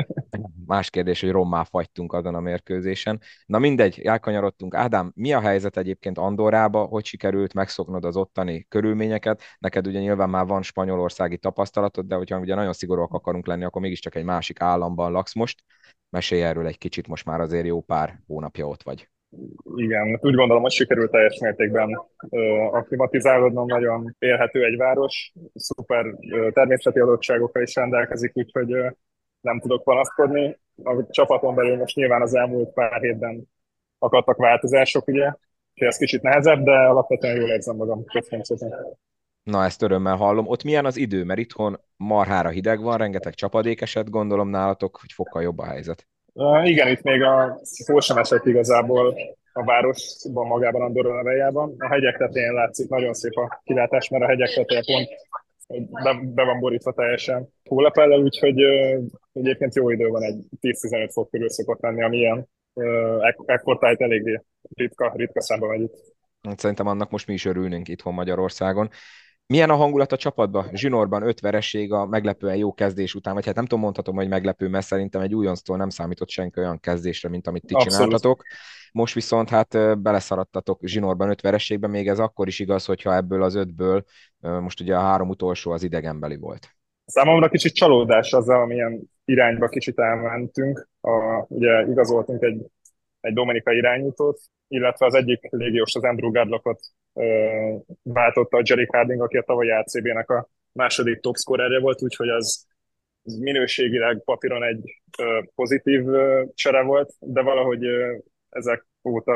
Más kérdés, hogy rommá fagytunk azon a mérkőzésen. Na mindegy, elkanyarodtunk. Ádám, mi a helyzet egyébként Andorrába? Hogy sikerült megszoknod az ottani körülményeket? Neked ugye nyilván már van spanyolországi tapasztalatod, de hogyha ugye nagyon szigorúak akarunk lenni, akkor mégiscsak egy másik államban laksz most. Mesélj erről egy kicsit, most már azért jó pár hónapja ott vagy. Igen, hát úgy gondolom, hogy sikerült teljes mértékben ö, akklimatizálódnom, nagyon élhető egy város, szuper ö, természeti adottságokkal is rendelkezik, úgyhogy ö, nem tudok panaszkodni. A csapaton belül most nyilván az elmúlt pár hétben akadtak változások, ugye, és ez kicsit nehezebb, de alapvetően jól érzem magam. Köszönöm szépen. Na, ezt örömmel hallom. Ott milyen az idő? Mert itthon marhára hideg van, rengeteg csapadék esett, gondolom nálatok, hogy fokkal jobb a helyzet. Uh, igen, itt még a szó sem esett igazából a városban, magában, Andorra nevejában. A hegyek tetején látszik nagyon szép a kilátás, mert a hegyek teteje pont be, be van borítva teljesen hólepellel, úgyhogy uh, egyébként jó idő van, egy tíz-tizenöt fok körül szokott lenni, ami ilyen uh, ek- ekkor tájt eléggé ritka, ritka számban megy itt. Hát szerintem annak most mi is örülnénk itthon Magyarországon. Milyen a hangulat a csapatban? Zsinórban öt vereség a meglepően jó kezdés után, vagy hát nem tudom, mondhatom, hogy meglepő, mert szerintem egy újonctól nem számított senki olyan kezdésre, mint amit ti Abszolút. csináltatok. Most viszont hát ö, beleszaradtatok Zsinórban öt vereségbe, még ez akkor is igaz, hogyha ebből az ötből ö, most ugye a három utolsó az idegenbeli volt. Számomra kicsit csalódás azzal, amilyen irányba kicsit elmentünk. A, ugye igazoltunk egy egy Dominika irányítót, illetve az egyik légiós, az Andrew Gardlockot ö, váltotta a Jerry Harding, aki a tavalyi á cé bé-nek a második top scorerje volt, úgyhogy az, az minőségileg papíron egy ö, pozitív ö, csere volt, de valahogy ö, ezek óta,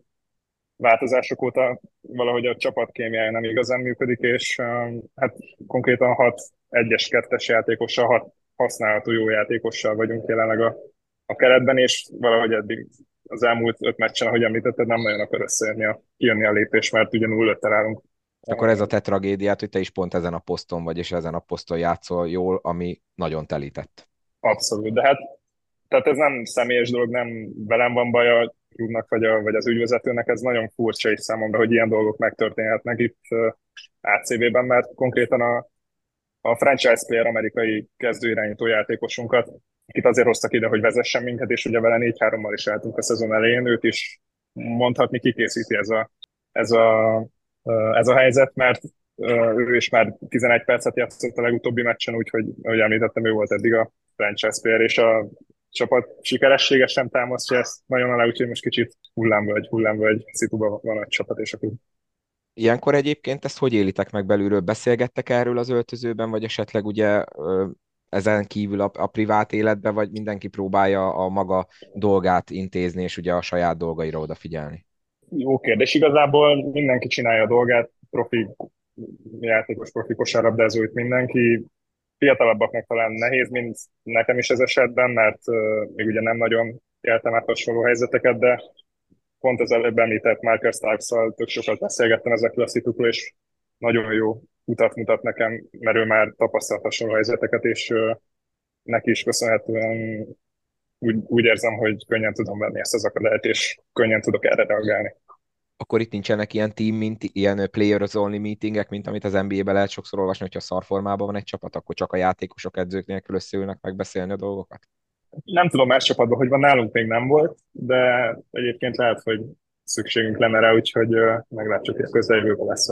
változások óta valahogy a csapat kémiája nem igazán működik, és ö, hát konkrétan hat egyes kettes játékossal, hat használható jó játékossal vagyunk jelenleg a, a keretben, és valahogy eddig az elmúlt öt meccsen, ahogy említetted, nem nagyon akar összejönni a, kijönni a lépés, mert ugye nulla öttel állunk. Akkor ez a te tragédiát, hogy te is pont ezen a poszton vagy, és ezen a poszton játszol jól, ami nagyon telített. Abszolút, de hát tehát ez nem személyes dolog, nem velem van baj a klubnak, vagy, a, vagy az ügyvezetőnek, ez nagyon furcsa is számomra, hogy ilyen dolgok megtörténhetnek itt uh, á cé bé-ben, mert konkrétan a, a franchise player amerikai kezdőirányító játékosunkat, akit azért hoztak ide, hogy vezessen minket, és ugye vele négy hárommal is álltunk a szezon elején, őt is mondhatni kikészíti ez a, ez a, ez a helyzet, mert ő is már tizenegy percet játszott a legutóbbi meccsen, úgyhogy, ahogy említettem, ő volt eddig a franchise player, és a csapat sikeressége sem támasztja ezt nagyon alá, úgyhogy most kicsit hullámvölgy, hullámvölgy szituban van a csapat és a klub. Ilyenkor egyébként ezt hogy élitek meg belülről? Beszélgettek erről az öltözőben, vagy esetleg ugye ö, ezen kívül a, a privát életben, vagy mindenki próbálja a maga dolgát intézni, és ugye a saját dolgaira odafigyelni? Jó kérdés. Igazából mindenki csinálja a dolgát, profi játékos, profi kosárlabdázó itt mindenki. Fiatalabbaknak talán nehéz, mint nekem is ez esetben, mert uh, még ugye nem nagyon éltem át hasonló helyzeteket, de pont az előbb említett Marcus Starks-szal tök sokat beszélgettem ezekről a szitukról, és nagyon jó utat mutat nekem, mert ő már tapasztalt hasonló helyzeteket, és uh, neki is köszönhetően úgy, úgy érzem, hogy könnyen tudom venni ezt az akadályt, és könnyen tudok erre reagálni. Akkor itt nincsenek ilyen team, mint ilyen players only meetingek, mint amit az en bé á-ben lehet sokszor olvasni, hogyha szarformában van egy csapat, akkor csak a játékosok edzők nélkül összeülnek megbeszélni a dolgokat? Nem tudom más csapatban, hogy van, nálunk még nem volt, de egyébként lehet, hogy szükségünk lenne rá, úgyhogy ö, meglátjuk, hogy a közeljövőben lesz.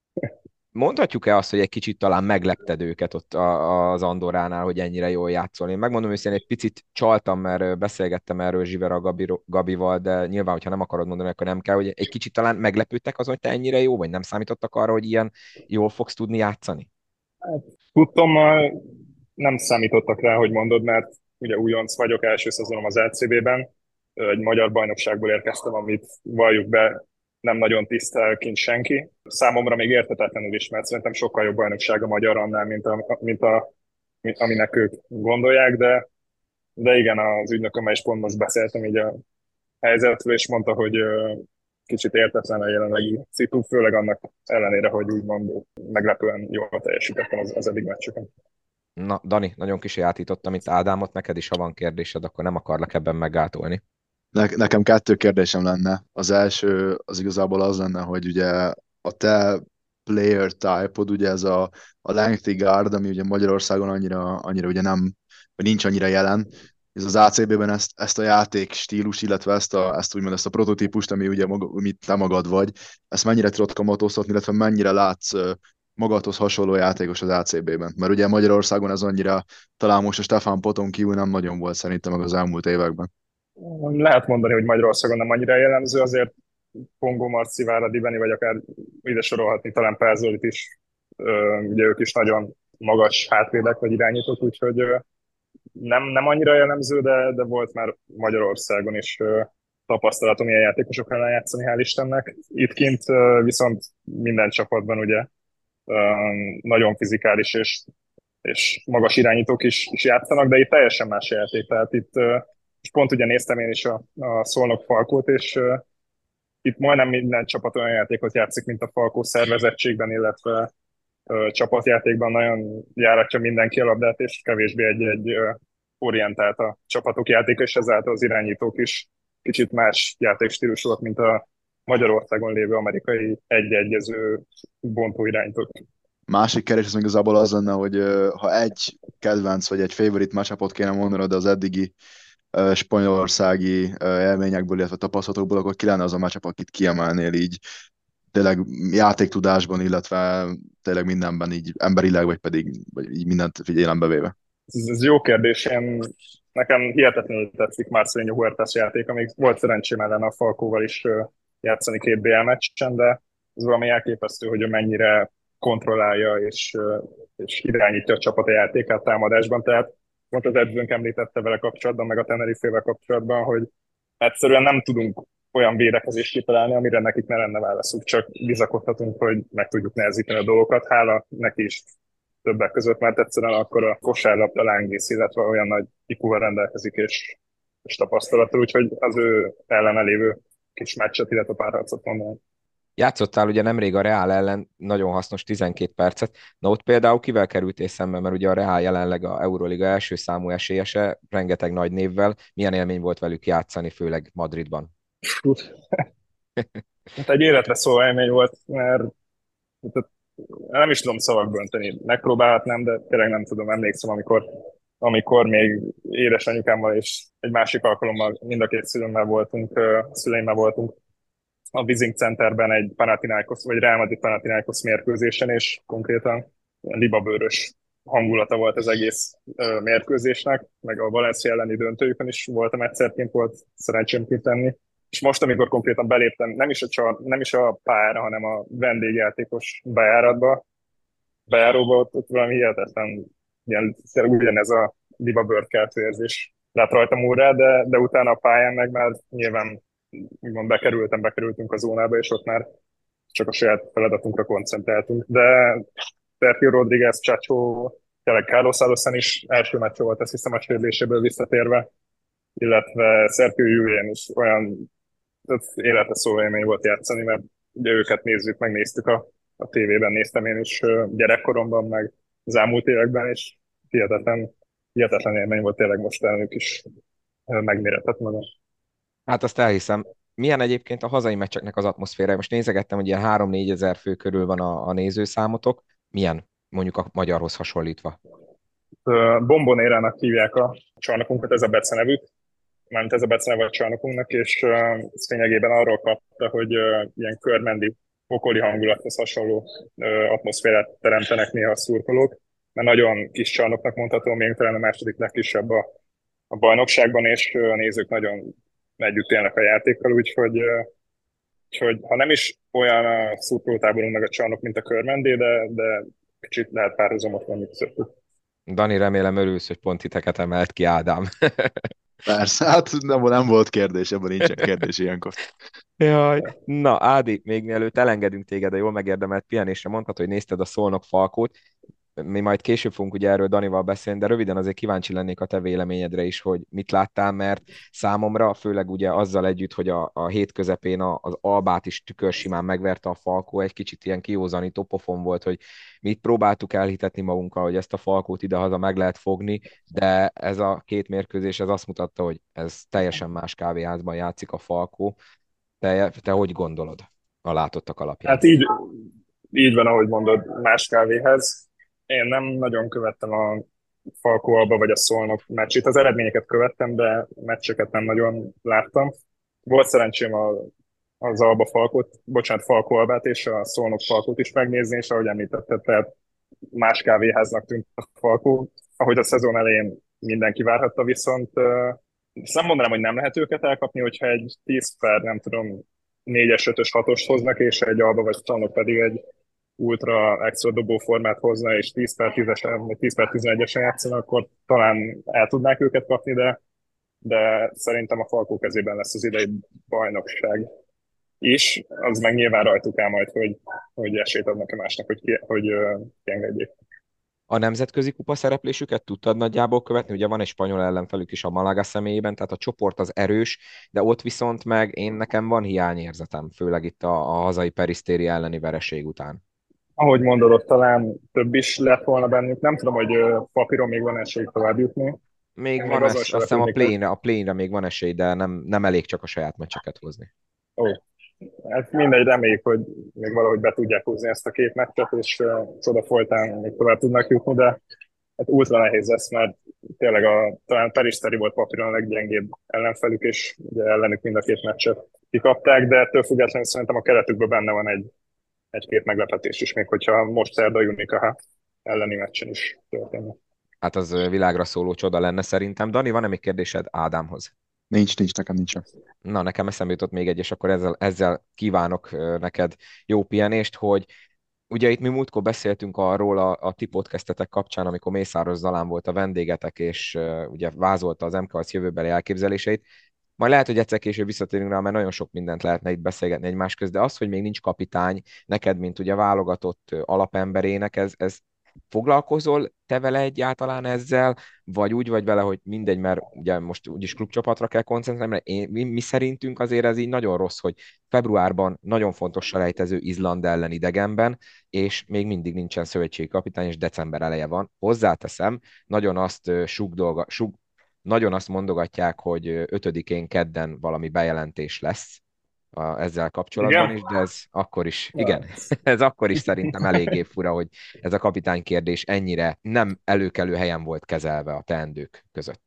Mondhatjuk-e azt, hogy egy kicsit talán meglepted őket ott a- az Andorránál, hogy ennyire jól játszol? Én megmondom őszintén, egy picit csaltam, mert beszélgettem erről Zsiver a Gabi, Gabival, de nyilván, hogyha nem akarod mondani, akkor nem kell, hogy egy kicsit talán meglepődtek azon, hogy te ennyire jó vagy, nem számítottak arra, hogy ilyen jól fogsz tudni játszani? Tudtommal nem számítottak rá, hogy mondod, mert ugye újonc vagyok, első szezonom az el cé bé-ben, egy magyar bajnokságból érkeztem, amit valljuk be, nem nagyon tisztel kint senki. Számomra még érthetetlenül is, mert szerintem sokkal jobb bajnokság a magyar annál, mint, a, mint, a, mint aminek ők gondolják, de, de igen, az ügynökömmel is pont most beszéltem így a helyzetről, és mondta, hogy ö, kicsit értetlen a jelenlegi szitu, főleg annak ellenére, hogy úgymond meglepően jól teljesítettem az, az eddig meccseken. Na, Dani, nagyon kisajátítottam itt Ádámot, neked is, ha van kérdésed, akkor nem akarlak ebben meggátolni. Ne- nekem kettő kérdésem lenne. Az első az igazából az lenne, hogy ugye a te player type-od, ugye ez a, a lengthy guard, ami ugye Magyarországon annyira, annyira ugye nem, vagy nincs annyira jelen. Ez az á cé bé-ben ezt, ezt a játék stílus, illetve ezt, a, ezt úgymond ezt a prototípust, ami ugye maga, amit te magad vagy, ezt mennyire tudod kamatoztatni, illetve mennyire látsz ö, magadhoz hasonló játékos az á cé bé-ben? Mert ugye Magyarországon ez annyira, talán most a Stefan Poton kívül nem nagyon volt szerintem meg az elmúlt években. Lehet mondani, hogy Magyarországon nem annyira jellemző, azért Pongó, Marci, Váradi, Beni, vagy akár ide sorolhatni talán Pázzolit is. Ö, Ugye ők is nagyon magas hátvédek vagy irányítók, úgyhogy ö, nem, nem annyira jellemző, de, de volt már Magyarországon is ö, tapasztalatom ilyen játékosok ellen játszani, hál' Istennek. Itt kint ö, viszont minden csapatban ugye ö, nagyon fizikális és, és magas irányítók is, is játszanak, de itt teljesen más a játék. Tehát itt, ö, és pont ugye néztem én is a, a Szolnok Falkót, és ö, itt majdnem minden csapat olyan játékot játszik, mint a Falkó szervezettségben, illetve ö, csapatjátékban nagyon járatja mindenki a labdát, és kevésbé egy-egy ö, orientált a csapatok játéka, és ezáltal az irányítók is kicsit más játékstílusúak, mint a Magyarországon lévő amerikai egy-egyező bontó irányítók. Másik keresés az igazából az lenne, hogy ö, ha egy kedvenc vagy egy favorite matchupot kéne mondanod az eddigi ö, spanyolországi ö, élményekből, illetve tapasztalatokból, akkor ki lenne az a matchup, akit kiemelnél így tényleg játéktudásban, illetve tényleg mindenben így emberileg, vagy pedig vagy így mindent figyelembe véve. Ez, ez jó kérdés. Én, nekem hihetetlenül tetszik Marcelinho Huertas játék, amíg volt szerencsém ellen a Falkóval is ö, játszani két bé el meccsen, de ez valami elképesztő, hogy ő mennyire kontrollálja és, ö, és irányítja a csapat a játékát támadásban. Tehát pont az edzőnk említette vele kapcsolatban, meg a Tenerife-vel kapcsolatban, hogy egyszerűen nem tudunk olyan védekezést kitalálni, amire nekik ne lenne válaszuk, csak bizakodhatunk, hogy meg tudjuk nehezíteni a dolgokat. Hála neki is többek között, mert egyszerűen akkor a kosárlabda lángész, illetve olyan nagy ikúval rendelkezik és, és tapasztalattal, úgyhogy az ő ellene lévő kis meccset, illetve párharcot mondanám. Játszottál ugye nemrég a Real ellen nagyon hasznos tizenkét percet. Na ott például kivel kerültél szembe, mert ugye a Real jelenleg a Euroliga első számú esélyese, rengeteg nagy névvel. Milyen élmény volt velük játszani, főleg Madridban? Hát egy életre szóló élmény volt, mert tehát nem is tudom szavakba önteni. Megpróbálhatnám, de tényleg nem tudom. Emlékszem, amikor, amikor még édesanyukámmal és egy másik alkalommal mind a két szülőmmel voltunk, ö, szüleimmel voltunk a Vizing Centerben egy Panathinaikos, vagy Real Madrid Panathinaikos mérkőzésen, és konkrétan libabőrös hangulata volt az egész ö, mérkőzésnek, meg a Valencia elleni döntőjükön is voltam egyszerként, volt szerencsém kint lenni. És most, amikor konkrétan beléptem, nem is a, csar, nem is a pályára, hanem a vendégjátékos bejáratba, bejáróba, ott, ott valami hihetetlen, ilyen, ugyanez a libabőrkeltő érzés lett rajtam úrrá, de, de utána a pályán meg már nyilván úgymond bekerültem, bekerültünk a zónába, és ott már csak a saját feladatunkra koncentráltunk. De Sergio Rodriguez, Chacho, tényleg Carlos Alocen is első meccs volt, azt hiszem a sérüléséből visszatérve, illetve Sergio Julián is olyan életre szóló élmény volt játszani, mert ugye őket nézzük, megnéztük a, a tévében, néztem én is ö, gyerekkoromban, meg az elmúlt években, és hihetetlen, hihetetlen élmény volt tényleg most elnök is ö, megméretett magam. Hát azt elhiszem. Milyen egyébként a hazai meccseknek az atmoszféra? Most nézegettem, hogy ilyen három-négy ezer fő körül van a, a nézőszámotok. Milyen, mondjuk a magyarhoz hasonlítva? Ö, Bombonérának hívják a csarnokunkat, ez a Bece nevük, mármint ez a Bece neve a csarnokunknak, és ö, ez lényegében arról kapta, hogy ö, ilyen körmendi pokoli hangulathoz hasonló ö, atmoszférát teremtenek néha a szurkolók, mert nagyon kis csarnoknak mondható, még talán a második legkisebb a, a bajnokságban, és ö, a nézők nagyon együtt élnek a játékkal, úgyhogy, ö, úgyhogy ha nem is olyan a szurkolótáborunk meg a csarnok, mint a körmendé, de, de kicsit lehet párhuzamot venni közöttük. Dani, remélem örülsz, hogy pont titeket emelt ki Ádám. Persze, hát nem, nem volt kérdés, ebben nincsen kérdés ilyenkor. Jaj. Na, Ádi, még mielőtt elengedünk téged a jól megérdemelt pihenésre, mondhatod, hogy nézted a Szolnok Falkót. mi majd később fogunk ugye erről Danival beszélni, de röviden azért kíváncsi lennék a te véleményedre is, hogy mit láttál, mert számomra, főleg ugye azzal együtt, hogy a, a hét közepén a, az Albát is tükörsimán megverte a Falkó, egy kicsit ilyen kiózanító pofon volt, hogy mi itt próbáltuk elhitetni magunkkal, hogy ezt a Falkót idehaza meg lehet fogni, de ez a két mérkőzés ez azt mutatta, hogy ez teljesen más kávéházban játszik a Falkó. Te, te hogy gondolod a látottak alapján? Hát így, így van, ahogy mondod, más kávéhez. Én nem nagyon követtem a Falkó Alba vagy a Szolnok meccsét. Az eredményeket követtem, de meccseket nem nagyon láttam. Volt szerencsém a, az Alba Falkót, bocsánat, Falkó Albát és a Szolnok Falkót is megnézni, és ahogy említetted, tehát más kávéháznak tűnt a Falkó. Ahogy a szezon elején mindenki várhatta, viszont uh, nem mondanám, hogy nem lehet őket elkapni, hogyha egy tíz per, nem tudom, négyes, ötös, hatos hoznak, és egy Alba vagy Szolnok pedig egy ultra extra dobó formát hozna, és tíz per tízesen, vagy tíz per tizenegyesen játszana, akkor talán el tudnák őket kapni, de, de szerintem a Falkó kezében lesz az idei bajnokság is. Az meg nyilván rajtuk áll majd, hogy, hogy esélyt adnak-e másnak, hogy, ki, hogy uh, kiengedjék. A nemzetközi kupa szereplésüket tudtad nagyjából követni? Ugye van egy spanyol ellenfelük is a Malaga személyében, tehát a csoport az erős, de ott viszont meg én nekem van hiányérzetem, főleg itt a, a hazai Perisztéri elleni vereség után. Ahogy mondod, ott talán több is lett volna bennük. Nem tudom, hogy uh, papíron még van esély tovább jutni. Még Még van, azon ez, se azt hiszem a lepődnék, hogy play a play még van esély, de nem, nem elég csak a saját meccseket hozni. ó, hát mindegy, reméljük, hogy még valahogy be tudják húzni ezt a két meccset, és uh, csoda folytán még tovább tudnak jutni, de hát ultra nehéz lesz, mert tényleg a, talán Peristeri volt papíron a leggyengébb ellenfelük, és ugye ellenük mind a két meccset kikapták, de ettől függetlenül szerintem a keretükben benne van egy, egy-két meglepetés is, még hogyha most Szerda Unica elleni meccsen is történne. Hát az világra szóló csoda lenne szerintem. Dani, van-e még kérdésed Ádámhoz? Nincs, nincs, nekem nincs. Na, nekem eszembe jutott még egy, és akkor ezzel, ezzel kívánok ö, neked jó pihenést, hogy ugye itt mi múltkor beszéltünk arról a, a ti podcastetek kapcsán, amikor Mészáros Zalán volt a vendégetek, és uh, ugye vázolta az em ká es jövőbeli elképzeléseit. Majd lehet, hogy egyszer később visszatérünk rá, mert nagyon sok mindent lehetne itt beszélgetni egymás közt, de az, hogy még nincs kapitány, neked, mint ugye válogatott ö, alapemberének, ez, ez foglalkozol te vele egyáltalán ezzel, vagy úgy vagy vele, hogy mindegy, mert ugye most úgyis klubcsapatra kell koncentrálni, mert én, mi, mi szerintünk azért ez így nagyon rossz, hogy februárban nagyon fontos selejtező Izland ellen idegenben, és még mindig nincsen szövetségi kapitány, és december eleje van. Hozzáteszem, nagyon azt ö, sugdolga, sug, nagyon azt mondogatják, hogy ö, ötödikén kedden valami bejelentés lesz a, ezzel kapcsolatban Igen? is, de ez akkor is, Ja. igen, ez akkor is szerintem eléggé fura, hogy ez a kapitány kérdés ennyire nem előkelő helyen volt kezelve a teendők között.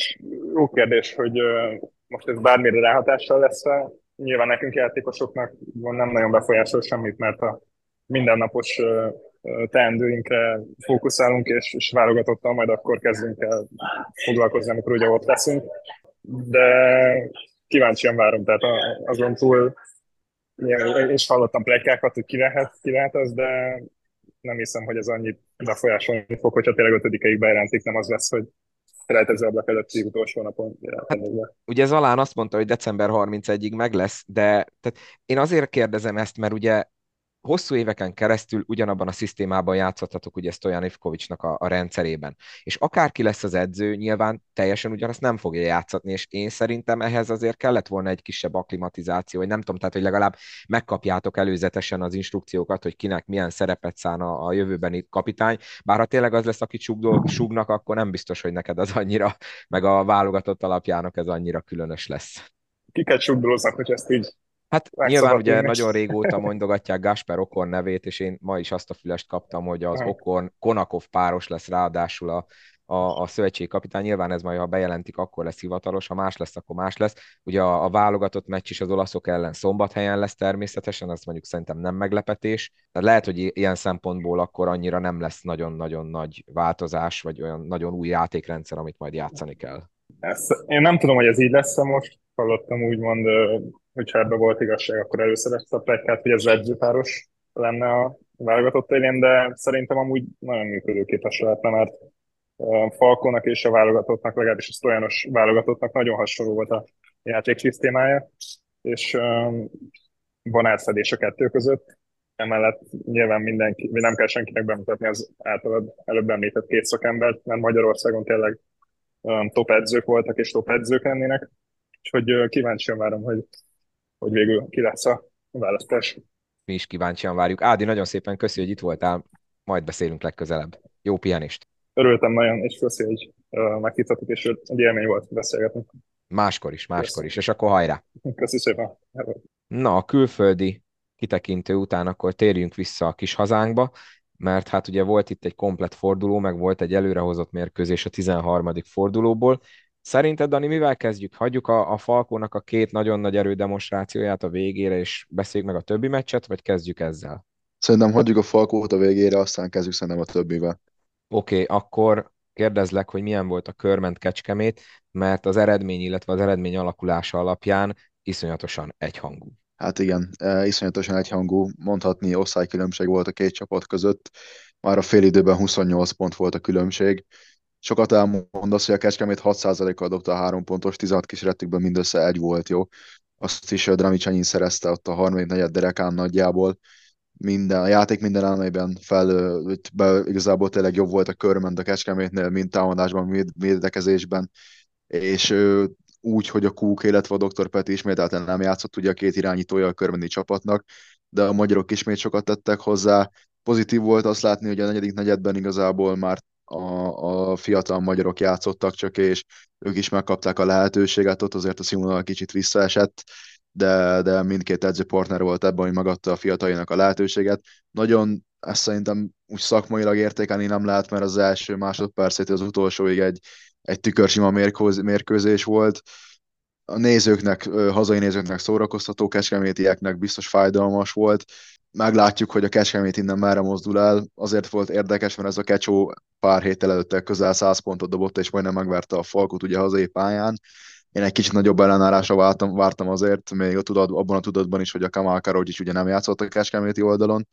Jó kérdés, hogy uh, most ez bármire ráhatással lesz -e. Nyilván nekünk játékosoknak nem nagyon befolyásol semmit, mert a mindennapos uh, teendőinkre fókuszálunk, és, és válogatottan majd akkor kezdünk el foglalkozni, amikor ugye ott leszünk. De kíváncsian várom, tehát a- azon túl ilyen- és hallottam pletykákat, hogy ki lehet, ki lehet az, de nem hiszem, hogy ez annyit befolyásolni fog, hogyha tényleg ötödikeig bejelentik, nem az lesz, hogy selejtező ablak előtti utolsó napon jelentenek be. Ugye Zalán azt mondta, hogy december harmincegyedikéig meg lesz, de tehát én azért kérdezem ezt, mert ugye hosszú éveken keresztül ugyanabban a szisztémában játszottatok ugye Stojan Ivkovicsnak a, a rendszerében. És akárki lesz az edző, nyilván teljesen ugyanazt nem fogja játszatni, és én szerintem ehhez azért kellett volna egy kisebb akklimatizáció, vagy nem tudom, tehát hogy legalább megkapjátok előzetesen az instrukciókat, hogy kinek milyen szerepet szán a, a jövőbeni kapitány. Bár ha tényleg az lesz, akit sugdol, sugnak, akkor nem biztos, hogy neked az annyira, meg a válogatott alapjának ez annyira különös lesz. Kiket sugdolóznak, hogy ezt így Hát nyilván ugye megszabadulni. nagyon régóta mondogatják Gáspár Okon nevét, és én ma is azt a fülest kaptam, hogy az Okon Konakov páros lesz ráadásul a, a, a szövetségi kapitány. Nyilván ez majd, ha bejelentik, akkor lesz hivatalos, ha más lesz, akkor más lesz. Ugye a, a válogatott meccs is az olaszok ellen szombathelyen lesz természetesen, az mondjuk szerintem nem meglepetés. Tehát lehet, hogy ilyen szempontból akkor annyira nem lesz nagyon-nagyon nagy változás, vagy olyan nagyon új játékrendszer, amit majd játszani kell. Ezt, én nem tudom, hogy ez így lesz most. Hallottam úgymond, ö, hogyha ebben volt igazság, akkor először ezt a pletykát, hogy ez edzőpáros lenne a válogatott élén, de szerintem amúgy nagyon működőképes lehetne, mert a Falkónak és a válogatottnak, legalábbis a Stojanos válogatottnak nagyon hasonló volt a játékszisztémája, és um, van átfedés a kettő között. Emellett nyilván mindenki, vagy nem kell senkinek bemutatni az általad előbb említett két szakembert, mert Magyarországon tényleg um, top edzők voltak, és top edzők lennének. Úgyhogy uh, kíváncsian várom, hogy, hogy végül ki lesz a választás. Mi is kíváncsian várjuk. Ádi, nagyon szépen köszi, hogy itt voltál, majd beszélünk legközelebb. Jó pihenést! Örültem nagyon, és köszi, hogy uh, meghívtatok, és egy élmény volt beszélgetni. Máskor is, máskor Köszi, is, és akkor hajrá! köszi szépen. Na, a külföldi kitekintő után akkor térjünk vissza a kis hazánkba, mert hát ugye volt itt egy komplet forduló, meg volt egy előrehozott mérkőzés a tizenharmadik fordulóból. Szerinted, Dani, mivel kezdjük? Hagyjuk a, a Falkónak a két nagyon nagy erődemonstrációját a végére, és beszéljük meg a többi meccset, vagy kezdjük ezzel? Szerintem hagyjuk a Falkót a végére, aztán kezdjük szerintem a többivel. Oké, okay, akkor kérdezlek, hogy milyen volt a Körment Kecskemét, mert az eredmény, illetve az eredmény alakulása alapján iszonyatosan egyhangú. Hát igen, e, iszonyatosan egyhangú, mondhatni osztálykülönbség volt a két csapat között. Már a fél időben huszonnyolc pont volt a különbség. Sokat elmondasz, hogy a Kecskemét hat százalékkal dobta a három pontos, tizenhat kísérletükből mindössze egy volt jó. Azt is Drami Csanyin szerezte ott a harmadik negyed derekán nagyjából. Minden, a játék minden elemében fel, be, igazából tényleg jobb volt a Körment a Kecskemétnél, mint támadásban, mind védekezésben, és ö, úgy, hogy a Kúk, illetve a doktor Peti ismételten nem játszott, ugye a két irányítója a körmendi csapatnak, de a magyarok ismét sokat tettek hozzá. Pozitív volt azt látni, hogy a negyedik negyedben igazából már a, a fiatal magyarok játszottak csak, és ők is megkapták a lehetőséget, ott azért a színvonal kicsit visszaesett, de, de mindkét edzőpartner volt ebben, hogy megadta a fiataljának a lehetőséget. Nagyon ezt szerintem úgy szakmailag értékelni nem lehet, mert az első másodpercét az utolsóig egy, egy tükörsima mérkőz, mérkőzés volt. A nézőknek, hazai nézőknek szórakoztató, kecskemétieknek biztos fájdalmas volt. Meglátjuk, hogy a Kecskemét innen merre mozdul el. Azért volt érdekes, mert ez a Kecsó pár héttel előtte közel száz pontot dobott, és majdnem megverte a Falkot ugye hazai pályán. Én egy kicsit nagyobb ellenállásra vártam, vártam azért, még a tudat, abban a tudatban is, hogy a Kamal Karogyics ugye nem játszott a kecskeméti oldalon.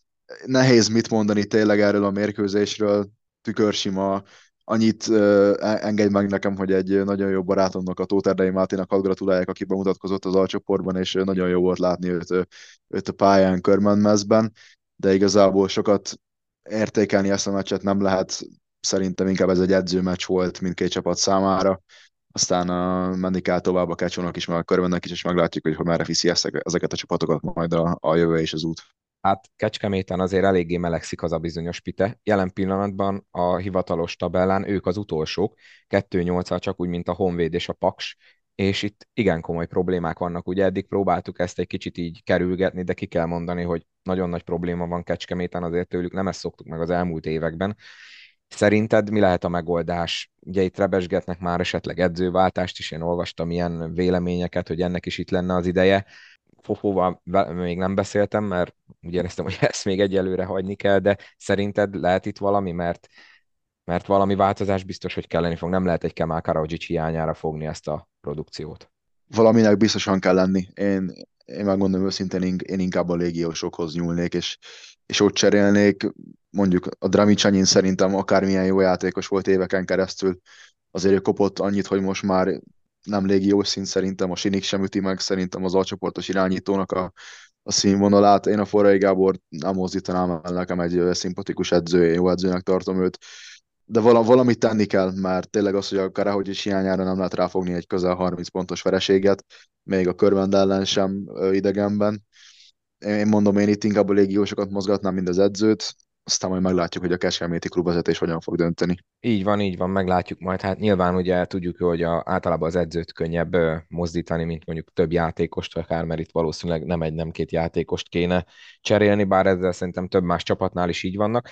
Nehéz mit mondani tényleg erről a mérkőzésről, tükörsima, annyit uh, engedj meg nekem, hogy egy nagyon jó barátomnak, a Tóth Erdei Máténak hadd gratuláljak, aki bemutatkozott az alcsoportban, és nagyon jó volt látni őt, őt a pályán Körmenmezben, de igazából sokat értékelni ezt a meccset nem lehet, szerintem inkább ez egy edzőmeccs volt mindkét csapat számára, aztán uh, menni kell tovább a Kecsónak is, meg a Körmennek is, és meglátjuk, hogy merre viszi ezeket a csapatokat majd a, a jövő és az út. Hát Kecskeméten azért eléggé melegszik az a bizonyos pite. Jelen pillanatban a hivatalos tabellán ők az utolsók, kettő nyolccal csak úgy, mint a Honvéd és a Paks, és itt igen komoly problémák vannak. Ugye eddig próbáltuk ezt egy kicsit így kerülgetni, de ki kell mondani, hogy nagyon nagy probléma van Kecskeméten, azért tőlük nem ezt szoktuk meg az elmúlt években. Szerinted mi lehet a megoldás? Ugye itt rebesgetnek már esetleg edzőváltást is, én olvastam ilyen véleményeket, hogy ennek is itt lenne az ideje. Fofóval még nem beszéltem, mert úgy éreztem, hogy ezt még egyelőre hagyni kell, de szerinted lehet itt valami, mert, mert valami változás biztos, hogy kelleni fog. Nem lehet egy Kemal Karadzsics hiányára fogni ezt a produkciót. Valaminek biztosan kell lenni. Én, én megmondom őszintén, én inkább a légiósokhoz nyúlnék, és, és ott cserélnék. Mondjuk a Drami Csanyin szerintem akármilyen jó játékos volt éveken keresztül, azért ő kopott annyit, hogy most már nem légiós szint, szerintem a Sinik sem üti meg, szerintem az alcsoportos irányítónak a, a színvonalát. Én a Forrai Gábor nem mozdítanám el, nekem egy szimpatikus edző, jó edzőnek tartom őt, de vala, valamit tenni kell, mert tényleg az, hogy a Karahogy is hiányára nem lehet ráfogni egy közel harminc pontos vereséget, még a Körmend ellen sem idegenben. Én mondom, én itt inkább a légiósokat mozgatnám, mint az edzőt, aztán majd meglátjuk, hogy a Kecskeméti klubvezetés hogyan fog dönteni. Így van, így van, meglátjuk majd. Hát nyilván ugye tudjuk, hogy a, általában az edzőt könnyebb ö, mozdítani, mint mondjuk több játékost, akár, mert itt valószínűleg nem egy, nem két játékost kéne cserélni, bár ezzel szerintem több más csapatnál is így vannak.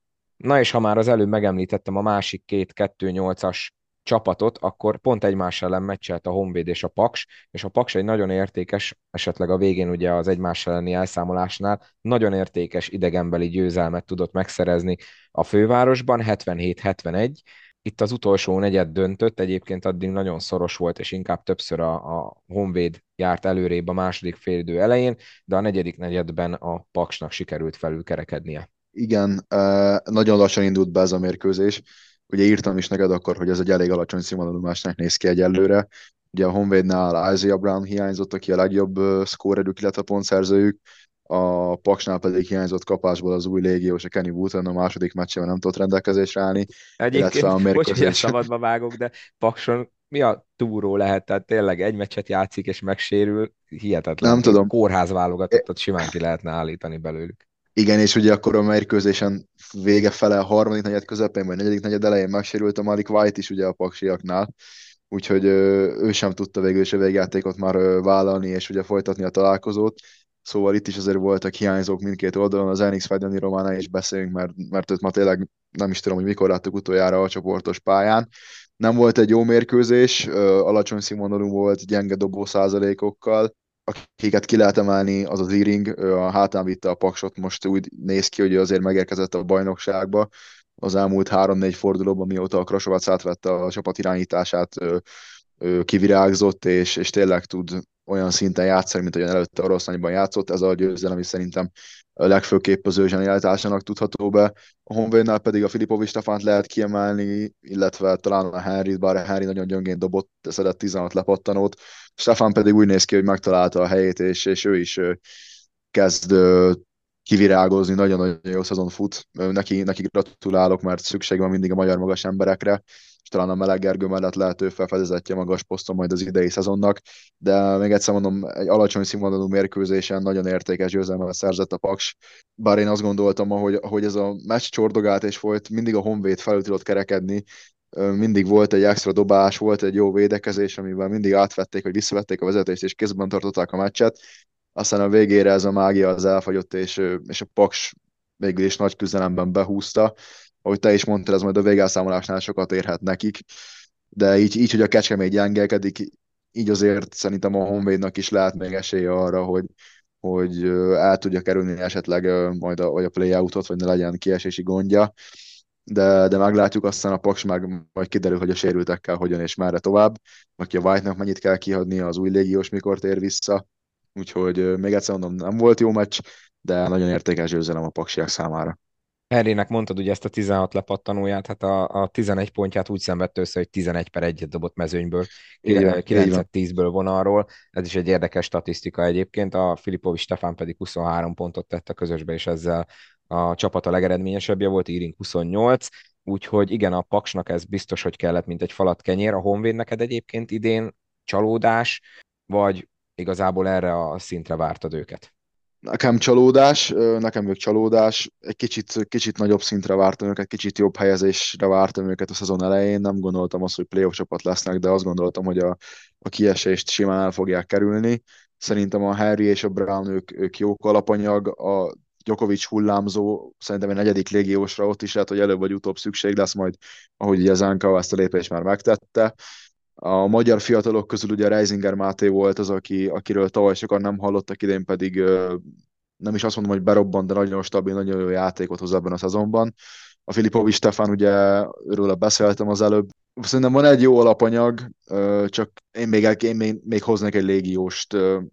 Na és ha már az előbb megemlítettem a másik két kettő nyolcas csapatot, akkor pont egymás ellen meccselt a Honvéd és a Paks, és a Paks egy nagyon értékes, esetleg a végén ugye az egymás elleni elszámolásnál nagyon értékes idegenbeli győzelmet tudott megszerezni a fővárosban, hetvenhét hetvenegy. Itt az utolsó negyed döntött, egyébként addig nagyon szoros volt, és inkább többször a, a Honvéd járt előrébb a második félidő elején, de a negyedik negyedben a Paksnak sikerült felülkerekednie. Igen, eh, nagyon lassan indult be ez a mérkőzés. Ugye írtam is neked akkor, hogy ez egy elég alacsony színvonalú másnak néz ki egyelőre. Ugye a Honvédnál Isaiah Brown hiányzott, aki a legjobb uh, szkórerük, illetve pontszerzőjük. a Paksnál pedig hiányzott kapásból az új légiós, a Kenny Wooten, a második meccsében nem tudott rendelkezésre állni, illetve a Egyébként, bocs, hogy a mérkőzés. szabadba vágok, de Pakson mi a túró lehet? Tehát tényleg egy meccset játszik és megsérül, hihetetlen. Nem tudom. Kórház válogatottat simán ki lehetne állítani belőlük. Igen, és ugye akkor a mérkőzésen vége fele, a harmadik negyed közepén, vagy negyedik negyed elején megsérült a Malik White is ugye a paksiaknál, úgyhogy ö, ő sem tudta végül is a végjátékot már ö, vállalni, és ugye folytatni a találkozót. Szóval itt is azért voltak hiányzók mindkét oldalon, az Enix Fajdani Románál is beszélünk, mert, mert őt ma tényleg nem is tudom, hogy mikor láttuk utoljára a csoportos pályán. Nem volt egy jó mérkőzés, ö, alacsony színvonalú volt, gyenge dobó százalékokkal, akiket ki lehet emelni, az az Iring, ő a hátán vitte a Paksot, most úgy néz ki, hogy ő azért megérkezett a bajnokságba. Az elmúlt három-négy fordulóban, mióta a Krasovac átvette a csapat irányítását, ő, ő kivirágzott, és, és tényleg tud olyan szinten játszani, mint olyan előtte Oroszlányban játszott. Ez a győzelem is szerintem a legfőképp az ő zsenialitásának tudható be. A Honvédnál pedig a Filipovics Stefánt lehet kiemelni, illetve talán a Henryt, bár a Henry nagyon gyöngén dobott, szedett tizenhat lepattanót. Stefan pedig úgy néz ki, hogy megtalálta a helyét, és, és ő is kezd kivirágozni, nagyon-nagyon jó szezon fut. Neki, neki gratulálok, mert szükség van mindig a magyar magas emberekre, és talán a Meleg Gergő mellett lehető felfedezetje magas poszton majd az idei szezonnak, de még egyszer mondom, egy alacsony színvonalú mérkőzésen nagyon értékes győzelmet szerzett a Paks, bár én azt gondoltam, hogy, hogy ez a meccs csordogált és folyt, mindig a Honvéd felül tudott kerekedni, mindig volt egy extra dobás, volt egy jó védekezés, amivel mindig átvették, vagy visszavették a vezetést, és kézben tartották a meccset. Aztán a végére ez a mágia az elfagyott, és, és a Paks végül is nagy küzdelemben behúzta. Ahogy te is mondtad, ez majd a végelszámolásnál sokat érhet nekik, de így, így hogy a Kecskemét gyengelkedik, így azért szerintem a Honvédnak is lehet még esélye arra, hogy, hogy el tudja kerülni esetleg majd a, vagy a play-outot, vagy ne legyen kiesési gondja, de, de meglátjuk, aztán a Paks meg majd kiderül, hogy a sérültekkel hogyan és merre tovább, aki a White-nak mennyit kell kihagyni, az új légiós mikor tér vissza, úgyhogy még egyszer mondom, nem volt jó meccs, de nagyon értékes győzelem a paksiak számára. Henrynek mondtad ugye ezt a tizenhat lepattanóját, hát a, a tizenegy pontját úgy szenvedte össze, hogy tizenegy per egyet dobott mezőnyből, Így van, így van. kilenc tízből vonalról. Ez is egy érdekes statisztika egyébként. A Filipovics Stefán pedig huszonhárom pontot tett a közösbe, és ezzel a csapat a legeredményesebbje volt, Íring huszonnyolc. Úgyhogy igen, a Paksnak ez biztos, hogy kellett, mint egy falat kenyér. A Honvéd neked egyébként idén csalódás, vagy igazából erre a szintre vártad őket? Nekem csalódás, nekem ők csalódás, egy kicsit, kicsit nagyobb szintre vártam őket, kicsit jobb helyezésre vártam őket a szezon elején, nem gondoltam azt, hogy playoff csapat lesznek, de azt gondoltam, hogy a, a kiesést simán el fogják kerülni. Szerintem a Harry és a Brown ők, ők jók alapanyag, a Djokovic hullámzó, szerintem egy negyedik légiósra ott is lehet, hogy előbb vagy utóbb szükség lesz majd, ahogy ugye Zánka ezt a lépést már megtette. A magyar fiatalok közül ugye Reisinger Máté volt az, aki, akiről tavaly sokan nem hallottak, idén pedig nem is azt mondom, hogy berobbant, de nagyon stabil, nagyon jó játékot hoz ebben a szezonban. A Filipovics Stefán, ugye őről beszéltem az előbb. Szerintem van egy jó alapanyag, csak én még, én még, még hoznék egy légióst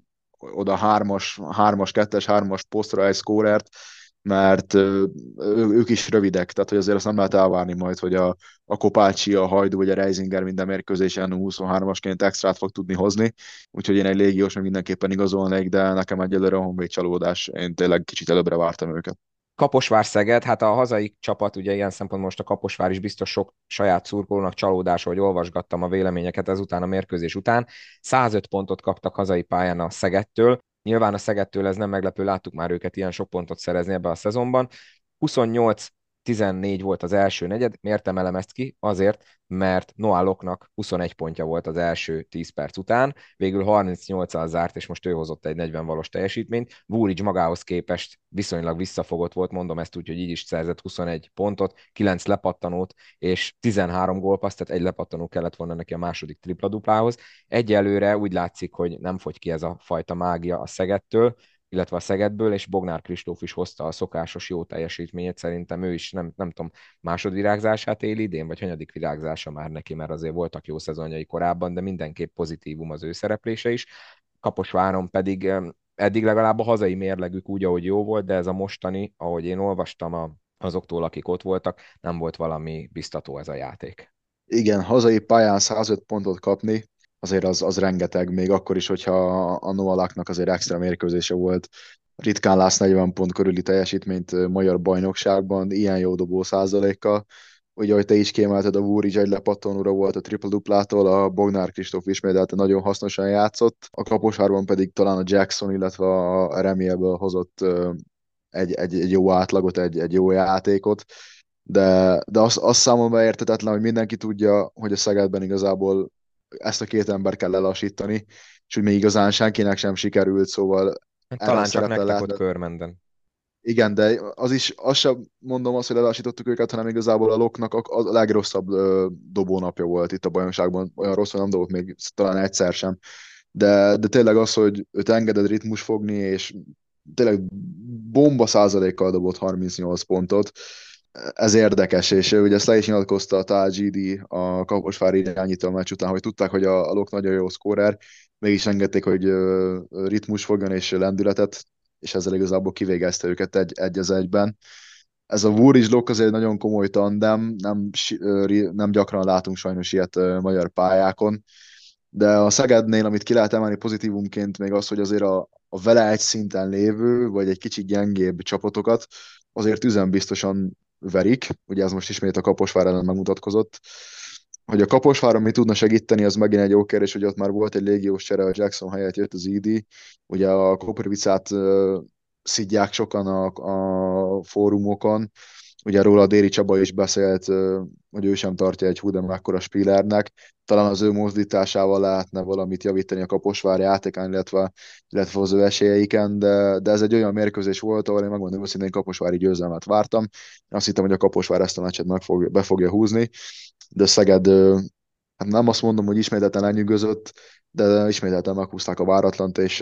oda hármas, hármas, kettes, hármas posztra egy szkórert, mert ő, ők is rövidek, tehát hogy azért azt nem lehet elvárni majd, hogy a, a Kopácsi, a Hajdú vagy a Reisinger minden mérkőzésen huszonhármasként extrát fog tudni hozni, úgyhogy én egy légiós meg mindenképpen igazolnék, de nekem egyelőre a Honvéd csalódás, én tényleg kicsit előbbre vártam őket. Kaposvár-Szeged, hát a hazai csapat, ugye ilyen szempontból most a Kaposvár is biztos sok saját szurkolónak csalódása, hogy olvasgattam a véleményeket ezután a mérkőzés után. százöt pontot kaptak hazai pályán a Szegedtől. Nyilván a Szegedtől ez nem meglepő, láttuk már őket ilyen sok pontot szerezni ebbe a szezonban. huszonnyolc tizennégy volt az első negyed. Miért emelem ezt ki? Azért, mert Noah Loknak huszonegy pontja volt az első tíz perc után, végül harmincnyolccal zárt, és most ő hozott egy negyven valós teljesítményt. Vúrics magához képest viszonylag visszafogott volt, mondom ezt úgy, hogy így is szerzett huszonegy pontot, kilenc lepattanót, és tizenhárom gólpaszt, tehát egy lepattanó kellett volna neki a második tripla-duplához. Egyelőre úgy látszik, hogy nem fogy ki ez a fajta mágia a Szegedtől, illetve a Szegedből, és Bognár Kristóf is hozta a szokásos jó teljesítményét, szerintem ő is nem, nem tudom, másodvirágzását él idén, vagy hanyadik virágzása már neki, mert azért voltak jó szezonjai korábban, de mindenképp pozitívum az ő szereplése is. Kaposváron pedig eddig legalább a hazai mérlegük úgy, ahogy jó volt, de ez a mostani, ahogy én olvastam a, azoktól, akik ott voltak, nem volt valami biztató ez a játék. Igen, hazai pályán százöt pontot kapni, azért az, az rengeteg, még akkor is, hogyha a Noalaknak azért extra mérkőzése volt, Ritkán látsz negyven pont körüli teljesítményt magyar bajnokságban, ilyen jó dobó százalékkal. Ugye, ahogy te is kiemelted, a Vúrics egy lepattanóra volt a tripla-duplától, a Bognár Kristóf ismételte nagyon hasznosan játszott, a Kaposvárban pedig talán a Jackson, illetve a Remélből hozott egy, egy, egy jó átlagot, egy, egy jó játékot, de, de az, az számomra értetetlen, hogy mindenki tudja, hogy a Szegedben igazából ezt a két ember kell lelassítani, és hogy még igazán senkinek sem sikerült, szóval Hát erre a talán csak szerepre nektek ott lehetne. Körmenden. Igen, de az is, azt sem mondom azt, hogy lelassítottuk őket, hanem igazából a Loknak a, a legrosszabb ö, dobónapja volt itt a bajnokságban. Olyan rosszul nem dobott még talán egyszer sem. De, de tényleg az, hogy őt engeded ritmus fogni, és tényleg bomba százalékkal dobott harmincnyolc pontot, ez érdekes, és ugye ezt le is nyilatkozta a Tal gé dé a Kaposvári irányító meccs után, hogy tudták, hogy a, a Lok nagyon jó szkórer, mégis engedték, hogy ö, ritmus fogjon és lendületet, és ezzel igazából kivégezte őket egy, egy az egyben. Ez a Vuris Lok azért egy nagyon komoly tandem, nem, nem gyakran látunk sajnos ilyet magyar pályákon, de a Szegednél, amit ki lehet emelni pozitívumként, még az, hogy azért a, a vele egy szinten lévő, vagy egy kicsit gyengébb csapatokat azért üzenbiztosan verik, ugye ez most ismét a Kaposvár ellen megmutatkozott, hogy a Kaposváron mi tudna segíteni, az megint egy jó kérdés, hogy ott már volt egy légiós csere, a Jackson helyett jött az Idi, ugye a Koprivicát uh, szidják sokan a, a fórumokon, ugye róla a Déri Csaba is beszélt, hogy ő sem tartja egy hú de mekkora Spillernek. Talán az ő mozdításával lehetne valamit javítani a Kaposvár játékán, illetve, illetve az ő esélyeiken, de, de ez egy olyan mérkőzés volt, ahol én megmondom őszintén Kaposvári győzelmet vártam. Én azt hittem, hogy a Kaposvár ezt a meccset meg fog, be fogja húzni, de Szeged, hát nem azt mondom, hogy ismételten lenyűgözött, de ismételten meghúzták a váratlant, és,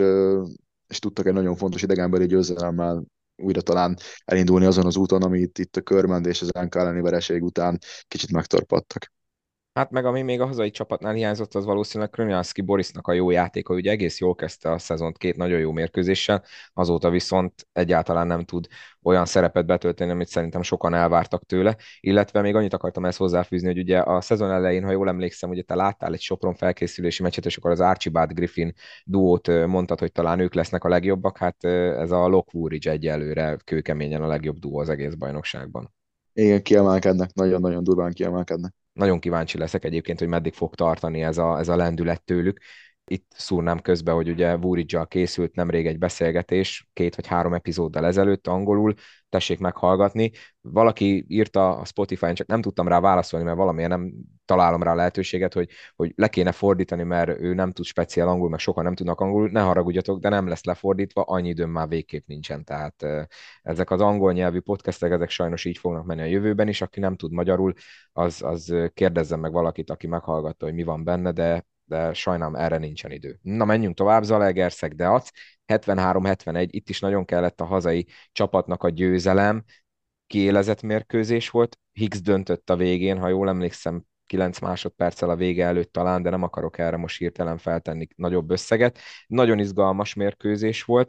és tudtak egy nagyon fontos idegenbeli győzelemmel újra talán elindulni azon az úton, amit itt a Körmend és az en ká elleni vereség után kicsit megtorpadtak. Hát meg ami még a hazai csapatnál hiányzott, az valószínűleg Krönyanszki Borisnak a jó játéka, ugye egész jól kezdte a szezont két nagyon jó mérkőzéssel, azóta viszont egyáltalán nem tud olyan szerepet betölteni, amit szerintem sokan elvártak tőle, illetve még annyit akartam ezt hozzáfűzni, hogy ugye a szezon elején, ha jól emlékszem, ugye te láttál egy Sopron felkészülési meccset, és akkor az Archibald Griffin duót mondtad, hogy talán ők lesznek a legjobbak, hát ez a Lockwood egyelőre kőkeményen a legjobb duó az egész bajnokságban. Igen, kiemelkednek, nagyon-nagyon durván kiemelkednek. Nagyon kíváncsi leszek egyébként, hogy meddig fog tartani ez a, ez a lendület tőlük. Itt szúrnám közbe, hogy ugye Vúridzsal készült nemrég egy beszélgetés, két vagy három epizóddal ezelőtt angolul, tessék meghallgatni. Valaki írta a Spotify-n, csak nem tudtam rá válaszolni, mert valamiért nem találom rá a lehetőséget, hogy, hogy le kéne fordítani, mert ő nem tud speciál angol, meg sokan nem tudnak angolul, ne haragudjatok, de nem lesz lefordítva, annyi időm már végképp nincsen. Tehát ezek az angol nyelvű podcastek, ezek sajnos így fognak menni a jövőben is, aki nem tud magyarul, az, az kérdezzen meg valakit, aki meghallgatta, hogy mi van benne, de de sajnálom, erre nincsen idő. Na, menjünk tovább, Zalaegerszeg, Deac, hetvenhárom hetvenegy, itt is nagyon kellett a hazai csapatnak a győzelem, kiélezett mérkőzés volt, Higgs döntött a végén, ha jól emlékszem, kilenc másodperccel a vége előtt talán, de nem akarok erre most hirtelen feltenni nagyobb összeget. Nagyon izgalmas mérkőzés volt,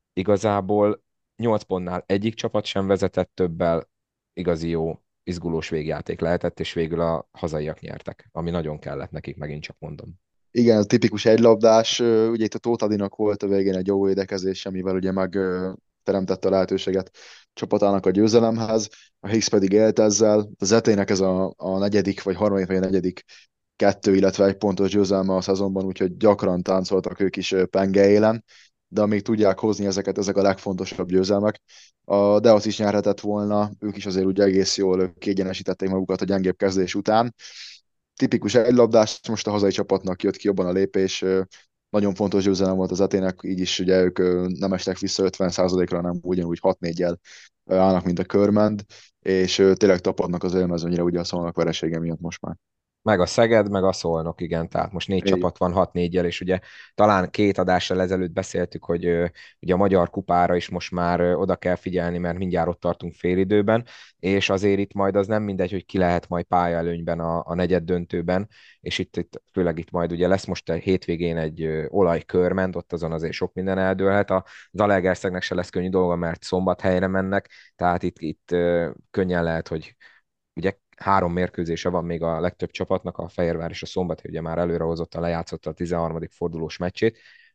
igazából nyolc pontnál egyik csapat sem vezetett többel, igazi jó, izgulós végjáték lehetett, és végül a hazaiak nyertek, ami nagyon kellett nekik, megint csak mondom. Igen, a tipikus egylabdás, ugye itt a Tóth Adinak volt a végén egy jó védekezés, amivel ugye meg teremtette a lehetőséget csapatának a győzelemhez, a Higgs pedig élt ezzel. Az etének ez a, a negyedik, vagy harmadik, vagy a negyedik kettő, illetve egy pontos győzelme a szezonban, úgyhogy gyakran táncoltak ők is penge élen, de amíg tudják hozni ezeket, ezek a legfontosabb győzelmek. A Deac is nyerhetett volna, ők is azért úgy egész jól kiegyenesítették magukat a gyengébb kezdés után. Tipikus egylabdás, most a hazai csapatnak jött ki jobban a lépés, nagyon fontos győzelem volt az Atének, így is ugye ők nem estek vissza ötven százalékra, hanem ugyanúgy hat négyel állnak, mint a Körmend, és tényleg tapadnak az élmezőnyre ugye a Szolnok veresége miatt most már. Meg a Szeged, meg a Szolnok, igen, tehát most négy É. csapat van hat négyel, és ugye talán két adással ezelőtt beszéltük, hogy ö, ugye a Magyar Kupára is most már ö, oda kell figyelni, mert mindjárt ott tartunk félidőben, és azért itt majd az nem mindegy, hogy ki lehet majd pályaelőnyben a, a negyed döntőben, és itt, itt főleg itt majd ugye lesz most a hétvégén egy ö, olajkörment, ott azon azért sok minden eldőlhet, a Zalaegerszegnek se lesz könnyű dolga, mert szombathelyre mennek, tehát itt, itt ö, könnyen lehet, hogy ugye három mérkőzése van még a legtöbb csapatnak, a Fehérvár és a Szombathely ugye már előrehozott a lejátszotta a tizenharmadik fordulós meccsét,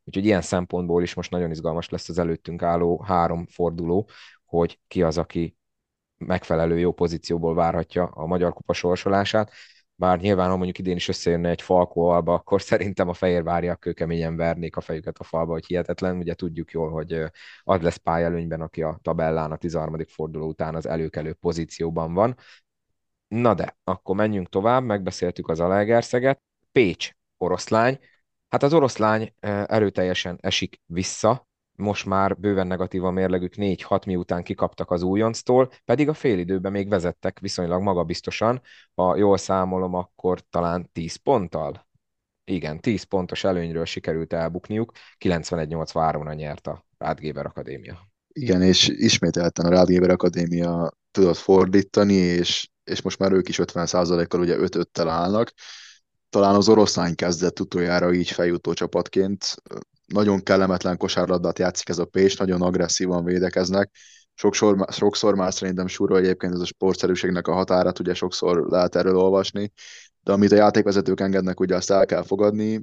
Úgyhogy ilyen szempontból is most nagyon izgalmas lesz az előttünk álló három forduló, hogy ki az, aki megfelelő jó pozícióból várhatja a Magyar Kupa sorsolását. Bár nyilván, ha mondjuk idén is összejönne egy Falkó Alba, akkor szerintem a fehérváriak kőkeményen vernék a fejüket a falba, hogy hihetetlen. Ugye tudjuk jól, hogy az lesz pályelőnyben, aki a tabellán a tizenharmadik forduló után az előkelő pozícióban van. Na de, akkor menjünk tovább, megbeszéltük az Zalaegerszeget. Pécs, oroszlány. Hát az oroszlány erőteljesen esik vissza, most már bőven negatív a mérlegük négy hat miután kikaptak az újonctól, pedig a félidőben még vezettek viszonylag magabiztosan, ha jól számolom, akkor talán tíz ponttal. Igen, tíz pontos előnyről sikerült elbukniuk, kilencvenegy nyolcvanháromra nyert a Rádgéber Akadémia. Igen, és ismételten a Rádgéber Akadémia tudott fordítani, és, és most már ők is ötven százalékkal ugye öt öttel állnak. Talán az oroszlány kezdett utoljára így feljutó csapatként. Nagyon kellemetlen kosárlabdát játszik ez a Pécs, nagyon agresszívan védekeznek. Sokszor, sokszor már szerintem súrol egyébként ez a sportszerűségnek a határát, ugye sokszor lehet erről olvasni, de amit a játékvezetők engednek, ugye azt el kell fogadni.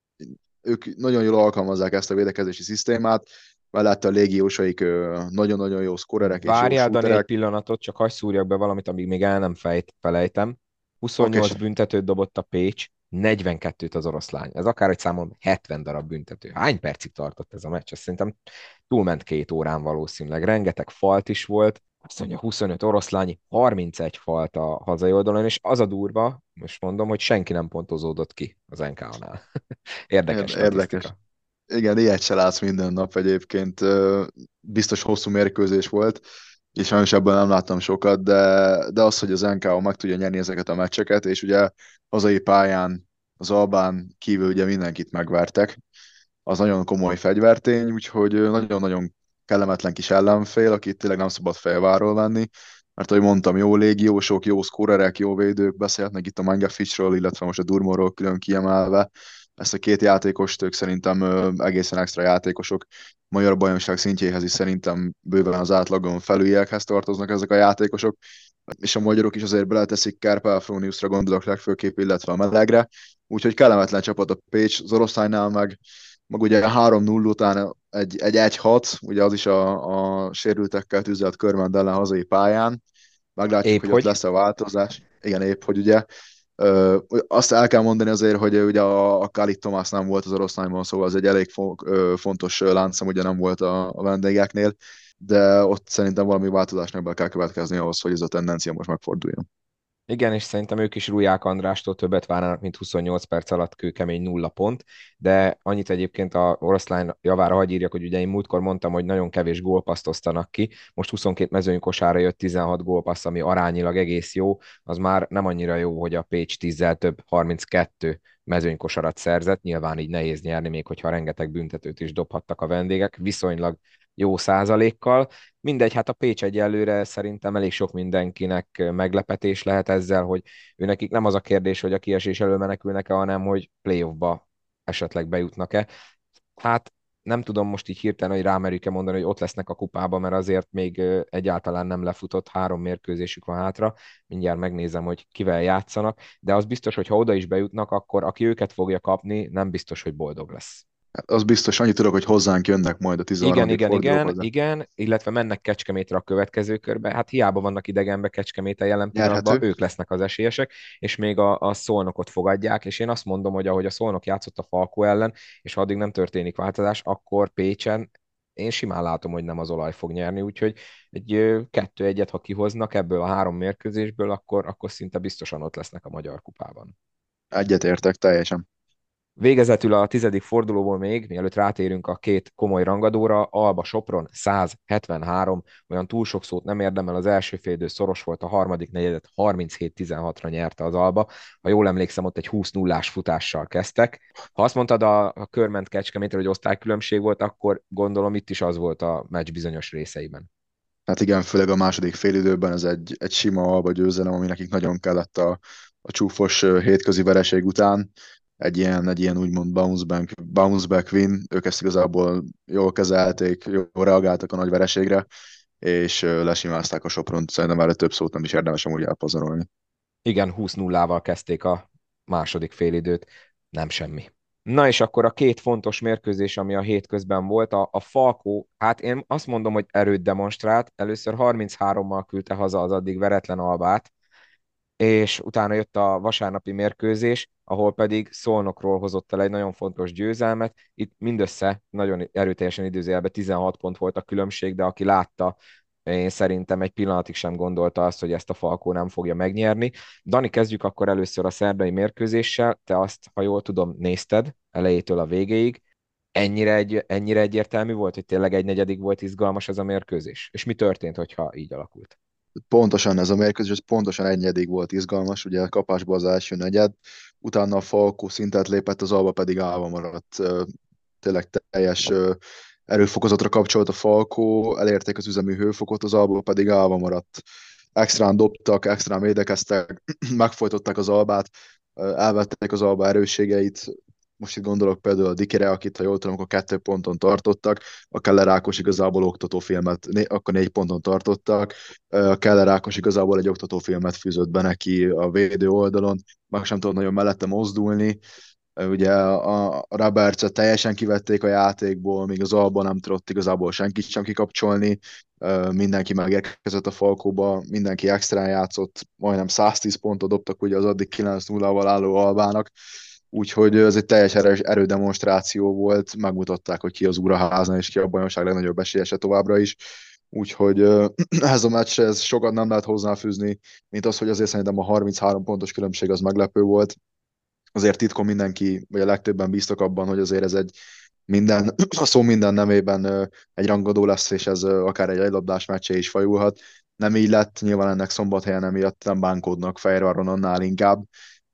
Ők nagyon jól alkalmazzák ezt a védekezési szisztémát, mellette a légiósaik nagyon-nagyon jó szkorerek és jó Várjál, Dani, egy shooterek. pillanatot, csak hagyj szúrjak be valamit, amíg még el nem fejt, felejtem. Oké, huszonnyolc büntetőt dobott a Pécs, negyvenkettőt az oroszlány. Ez akár egy számom hetven darab büntető. Hány percig tartott ez a meccs? Azt szerintem túlment két órán valószínűleg. Rengeteg falt is volt. Azt mondja, huszonöt oroszlányi, harmincegy falt a hazai oldalon, és az a durva, most mondom, hogy senki nem pontozódott ki az en ká á-nál. Érdekes érdekes. statisztika. Igen, ilyet se látsz minden nap egyébként. Biztos hosszú mérkőzés volt, és sajnos ebből nem láttam sokat, de, de az, hogy az en ká o meg tudja nyerni ezeket a meccseket, és ugye hazai pályán az Albán kívül ugye mindenkit megvertek, az nagyon komoly fegyvertény, úgyhogy nagyon-nagyon kellemetlen kis ellenfél, akit tényleg nem szabad felváról venni, mert ahogy mondtam, jó légiósok, jó szkórerek, jó védők, beszélhetnek itt a Mangaficsről, illetve most a Durmóról külön kiemelve. Ezt a két játékost ők szerintem ö, egészen extra játékosok. Magyar bajnokság szintjéhez is szerintem bőven az átlagon felüliekhez tartoznak ezek a játékosok, és a magyarok is azért beleteszik, Kárpál-Fróniuszra gondolok legfőképp, illetve a Melegre. Úgyhogy kellemetlen csapat a Pécs, az oroszlánynál meg meg ugye három null után egy, egy egy hat, ugye az is a, a sérültekkel tüzelt Körmend ellen hazai pályán. Meglátjuk, Épp hogy ott hogy. lesz a változás. Igen, épp, hogy ugye ö, azt el kell mondani azért, hogy ugye a, a Khalid Tomás nem volt az oroszlányban, szóval az egy elég fo- ö, fontos láncszem, ugye nem volt a, a vendégeknél, de ott szerintem valami változásnak be kell következni ahhoz, hogy ez a tendencia most megforduljon. Igen, és szerintem ők is Ruják Andrástól többet várnának, mint huszonnyolc perc alatt kőkemény nulla pont, de annyit egyébként a oroszlány javára hagy írjak, hogy ugye én múltkor mondtam, hogy nagyon kevés gólpasszt osztanak ki, most huszonkettő mezőnykosára jött tizenhat gólpassz, ami arányilag egész jó, az már nem annyira jó, hogy a Pécs tízzel több, harminckettő mezőnykosarat szerzett, nyilván így nehéz nyerni, még hogyha rengeteg büntetőt is dobhattak a vendégek, viszonylag jó százalékkal. Mindegy, hát a Pécs egyelőre szerintem elég sok mindenkinek meglepetés lehet ezzel, hogy ő nekik nem az a kérdés, hogy a kiesés elől menekülnek-e, hanem hogy playoffba esetleg bejutnak-e. Hát nem tudom most így hirtelen, hogy rámerjük-e mondani, hogy ott lesznek a kupában, mert azért még egyáltalán nem lefutott, három mérkőzésük van hátra, mindjárt megnézem, hogy kivel játszanak, de az biztos, hogy ha oda is bejutnak, akkor aki őket fogja kapni, nem biztos, hogy boldog lesz. Hát az biztos, annyit tudok, hogy hozzánk jönnek majd a Igen, tizenharmadik igen, igen, fordulóhoz. igen, illetve mennek Kecskemétre a következő körbe. Hát hiába vannak idegenbe Kecskeméten jelen pillanatban, Nyerhető. ők lesznek az esélyesek, és még a, a Szolnokot fogadják, és én azt mondom, hogy ahogy a Szolnok játszott a Falkó ellen, és ha addig nem történik változás, akkor Pécsen én simán látom, hogy nem az olaj fog nyerni, úgyhogy egy ö, kettő-egyet, ha kihoznak ebből a három mérkőzésből, akkor, akkor szinte biztosan ott lesznek a Magyar Kupában. Egyetértek teljesen. Végezetül a tizedik fordulóból még, mielőtt rátérünk a két komoly rangadóra, Alba Sopron száz hetvenhárom, olyan túl sok szót nem érdemel, az első félidő szoros volt, a harmadik negyedet harminchét tizenhatra nyerte az Alba. Ha jól emlékszem, ott egy húsz nullás futással kezdtek. Ha azt mondtad a, a Körment Kecskemétre, hogy osztálykülönbség volt, akkor gondolom itt is az volt a meccs bizonyos részeiben. Hát igen, főleg a második félidőben ez egy, egy sima Alba győzelem, ami nekik nagyon kellett a, a csúfos ö, hétközi vereség után. Egy ilyen, egy ilyen úgymond bounce back, bounce back win. Ők ezt igazából jól kezelték, jól reagáltak a nagy vereségre, és ö, lesimázták a Sopront. Szerintem erre több szót nem is érdemes amúgy elpazarolni. Igen, húsz nullával kezdték a második félidőt, nem semmi. Na és akkor a két fontos mérkőzés, ami a hétközben volt, a, a Falkó, hát én azt mondom, hogy erőt demonstrált, először harminchárommal küldte haza az addig veretlen Albát, és utána jött a vasárnapi mérkőzés, ahol pedig Szolnokról hozott el egy nagyon fontos győzelmet. Itt mindössze nagyon erőteljesen időzélbe tizenhat pont volt a különbség, de aki látta, én szerintem egy pillanatig sem gondolta azt, hogy ezt a Falkó nem fogja megnyerni. Dani, kezdjük akkor először a szerdai mérkőzéssel. Te azt, ha jól tudom, nézted elejétől a végéig. Ennyire, egy, ennyire egyértelmű volt, hogy tényleg egy negyedik volt izgalmas ez a mérkőzés? És mi történt, hogyha így alakult? Pontosan ez a mérkőzés, ez pontosan egy negyedik volt izgalmas, ugye a kapásból az első negyed, utána a Falkó szintet lépett, az Alba pedig állva maradt. Tényleg teljes erőfokozatra kapcsolt a Falkó, elérték az üzemi hőfokot, az Alba pedig állva maradt. Extrán dobtak, extrán védekeztek, megfojtották az Albát, elvették az Alba erősségeit. Most itt gondolok például a Dikire, akit, ha jól tudom, akkor kettő ponton tartottak, a Keller Ákos igazából oktatófilmet, akkor négy ponton tartottak, a Keller Ákos igazából egy oktatófilmet fűzött be neki a védő oldalon, meg sem tudott nagyon mellette mozdulni. Ugye a, a Robertset teljesen kivették a játékból, míg az Alba nem tudott igazából senkit sem kikapcsolni, mindenki megérkezett a Falkóba, mindenki extrán játszott, majdnem száztíz pontot dobtak ugye az addig kilenc nullával álló Albának, úgyhogy ez egy teljes erős erődemonstráció volt, megmutatták, hogy ki az úraházna, és ki a bajnokság legnagyobb esélyese továbbra is. Úgyhogy ez a meccsre ez sokat nem lehet hozzáfűzni, mint az, hogy azért szerintem a harminchárom pontos különbség az meglepő volt. Azért titkon mindenki, vagy a legtöbben bíztak abban, hogy azért ez egy minden, a szó minden nemében egy rangadó lesz, és ez akár egy egylabdás meccsé is fajulhat. Nem így lett, nyilván ennek Szombathelyen emiatt nem bánkódnak Fehérváron annál inkább,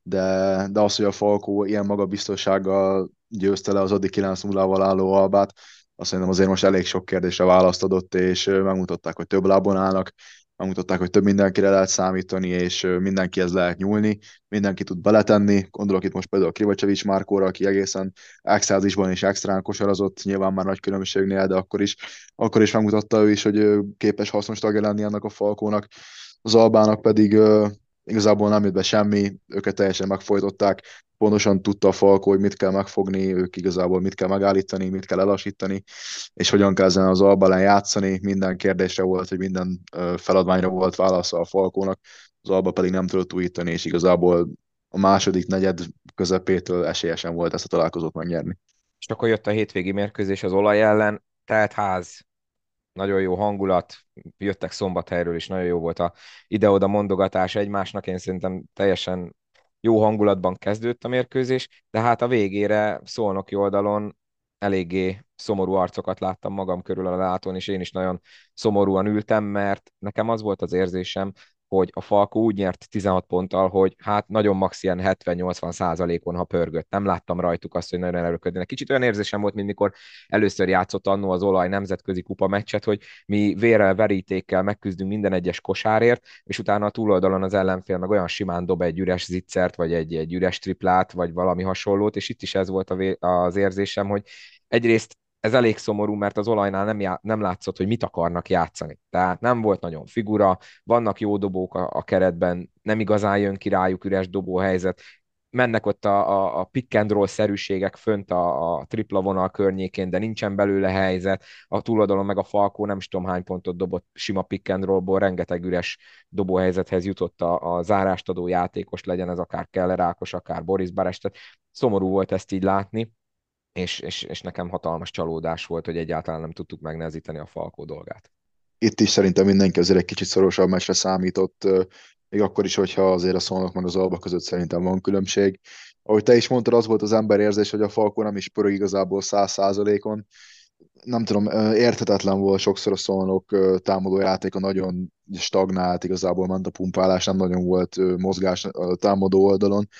de, de az, hogy a Falkó ilyen magabiztossággal győzte le az addig kilenc nullával álló Albát, azt szerintem azért most elég sok kérdésre választ adott, és megmutatták, hogy több lábon állnak, megmutatták, hogy több mindenkire lehet számítani, és mindenkihez lehet nyúlni, mindenki tud beletenni. Gondolok itt most például a Krivacsevics Márkóra, aki egészen extázisban és extrán kosarazott, nyilván már nagy különbségnél, de akkor is, akkor is megmutatta ő is, hogy képes hasznos tagja lenni ennek a Falkónak. Az Albának pedig igazából nem jött be semmi, őket teljesen megfojtották, pontosan tudta a Falkó, hogy mit kell megfogni, ők igazából mit kell megállítani, mit kell elassítani, és hogyan kell ezen az Alba ellen játszani, minden kérdésre volt, hogy minden feladványra volt válasza a Falkónak, az Alba pedig nem tudott újítani, és igazából a második negyed közepétől esélyesen volt ezt a találkozót megnyerni. És akkor jött a hétvégi mérkőzés az Olaj ellen, telt ház, nagyon jó hangulat, jöttek Szombathelyről is, nagyon jó volt a ide-oda mondogatás egymásnak, én szerintem teljesen jó hangulatban kezdődött a mérkőzés, de hát a végére Szolnoki oldalon eléggé szomorú arcokat láttam magam körül a látón, és én is nagyon szomorúan ültem, mert nekem az volt az érzésem, hogy a Falkó úgy nyert tizenhat ponttal, hogy hát nagyon max ilyen hetven-nyolcvan százalékon, ha pörgött. Nem láttam rajtuk azt, hogy nagyon erőködnek. Kicsit olyan érzésem volt, mint mikor először játszott annó az Olaj nemzetközi kupa meccset, hogy mi vérrel, verítékkel megküzdünk minden egyes kosárért, és utána a túloldalon az ellenfél meg olyan simán dob egy üres zicsert, vagy egy, egy üres triplát, vagy valami hasonlót, és itt is ez volt a vé- az érzésem, hogy egyrészt ez elég szomorú, mert az Olajnál nem, já- nem látszott, hogy mit akarnak játszani. Tehát nem volt nagyon figura, vannak jó dobók a, a keretben, nem igazán jön ki rájuk üres dobóhelyzet, mennek ott a, a, a pick and roll szerűségek fönt a, a tripla vonal környékén, de nincsen belőle helyzet. A túloldalon meg a Falkó nem is tudom hány pontot dobott sima pick and rollból, rengeteg üres dobóhelyzethez jutott a, a zárást adó játékos, legyen ez akár Keller Ákos, akár Boris Bares. Tehát szomorú volt ezt így látni, és, és, és nekem hatalmas csalódás volt, hogy egyáltalán nem tudtuk megnehezíteni a Falkó dolgát. Itt is szerintem mindenki azért egy kicsit szorosabb meccsre számított, még akkor is, hogyha azért a Szolnok meg az Alba között szerintem van különbség. Ahogy te is mondtad, az volt az emberérzés, hogy a Falkó nem is pörög igazából száz százalékon. Nem tudom, érthetetlen volt sokszor a Szolnok támadó játéka, nagyon stagnált, igazából ment a pumpálás, nem nagyon volt mozgás a támadó oldalon.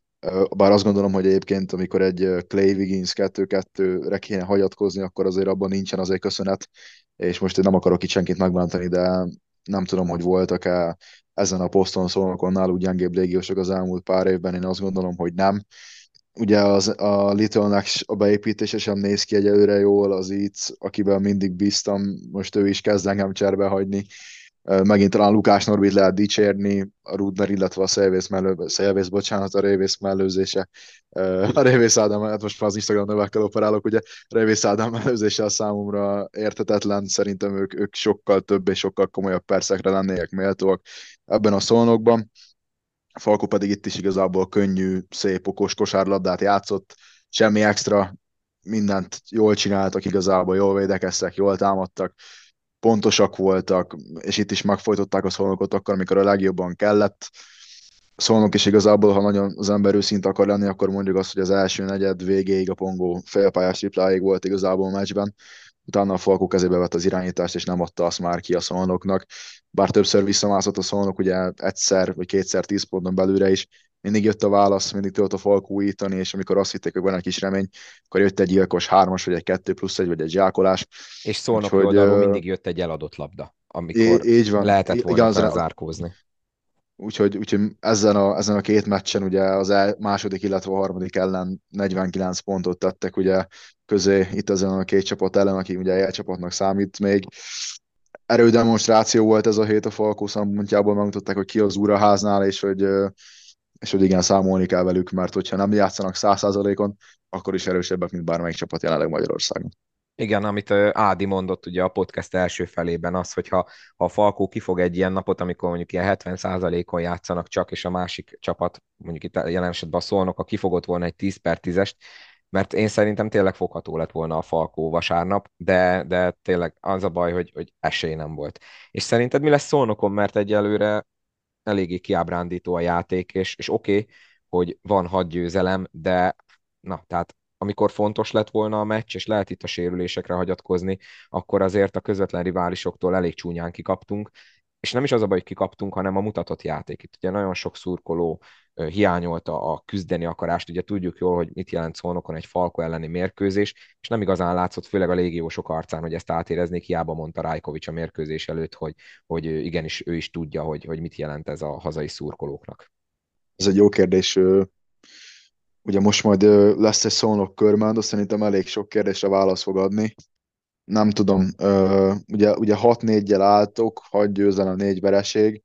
Bár azt gondolom, hogy egyébként, amikor egy Clay Wiggins kettő kettőre kéne hagyatkozni, akkor azért abban nincsen azért köszönet, és most én nem akarok itt senkit megbántani, de nem tudom, hogy voltak-e ezen a poszton Szolnokon náluk gyengébb légiósok az elmúlt pár évben, én azt gondolom, hogy nem. Ugye az, a Little-nek a beépítése sem néz ki egyelőre jól, az itt, akiben mindig bíztam, most ő is kezd engem cserbe hagyni. Megint talán Lukás Norbit lehet dicsérni, a Rudner, illetve a Szelvész, mellő, Szelvész, bocsánat, a Révész mellőzése. A Révész Ádám, hát most már az Instagram nevekkel operálok, ugye a Révész Ádám mellőzése a számomra érthetetlen, szerintem ők, ők sokkal több és sokkal komolyabb percekre lennének méltóak ebben a Szolnokban. Falko pedig itt is igazából könnyű, szép, okos kosárlabdát játszott, semmi extra, mindent jól csináltak igazából, jól védekeztek, jól támadtak, pontosak voltak, és itt is megfojtották a Szolnokot akkor, amikor a legjobban kellett. Szolnok is igazából, ha nagyon az ember őszinte akar lenni, akkor mondjuk azt, hogy az első negyed végéig a Pongó félpályás tripláig volt igazából a meccsben. Utána a Falkó kezébe vett az irányítást, és nem adta azt már ki a Szolnoknak. Bár többször visszamászott a Szolnok, ugye egyszer vagy kétszer tíz ponton belőle is, mindig jött a válasz, mindig tudott a Falkó újítani, és amikor azt hitték, hogy van egy kis remény, akkor jött egy gyilkos hármas, vagy egy kettő plusz egy, vagy egy zsákolás. És Szolnoki Úgyhogy oldalról mindig jött egy eladott labda, amikor így van, lehetett volna igaz, felzárkózni. Úgyhogy, úgyhogy ezen, a, ezen a két meccsen ugye az el, második, illetve a harmadik ellen negyvenkilenc pontot tettek ugye közé itt ezen a két csapat ellen, aki ugye elcsapatnak számít még. Erődemonstráció volt ez a hét a Falkó szempontjából, megmutatták, hogy ki az úr a háznál, és hogy, és hogy igen, számolni kell velük, mert hogyha nem játszanak száz százalékon, akkor is erősebbek, mint bármelyik csapat jelenleg Magyarországon. Igen, amit Ádi mondott ugye a podcast első felében az, hogyha ha a Falkó kifog egy ilyen napot, amikor mondjuk ilyen hetven százalékon játszanak csak, és a másik csapat, mondjuk itt jelen esetben a Szolnok, a kifogott volna egy tíz per tízest, mert én szerintem tényleg fogható lett volna a Falkó vasárnap, de, de tényleg az a baj, hogy, hogy esély nem volt. És szerinted mi lesz Szolnokon, mert egyelőre eléggé kiábrándító a játék, és, és oké, okay, hogy van hat győzelem, de na, tehát amikor fontos lett volna a meccs, és lehet itt a sérülésekre hagyatkozni, akkor azért a közvetlen riválisoktól elég csúnyán kikaptunk, és nem is az a baj, hogy kikaptunk, hanem a mutatott játék. Itt ugye nagyon sok szurkoló ö, hiányolta a küzdeni akarást, ugye tudjuk jól, hogy mit jelent Szolnokon egy Falko elleni mérkőzés, és nem igazán látszott, főleg a légiósok arcán, hogy ezt átéreznék, hiába mondta Rajkovics a mérkőzés előtt, hogy, hogy ö, igenis ő is tudja, hogy, hogy mit jelent ez a hazai szurkolóknak. Ez egy jó kérdés. Ugye most majd lesz egy Szolnok körmend, azt szerintem elég sok kérdésre választ fog adni. Nem tudom, ugye, ugye hat négyel álltok, hat győzelem, négy vereség.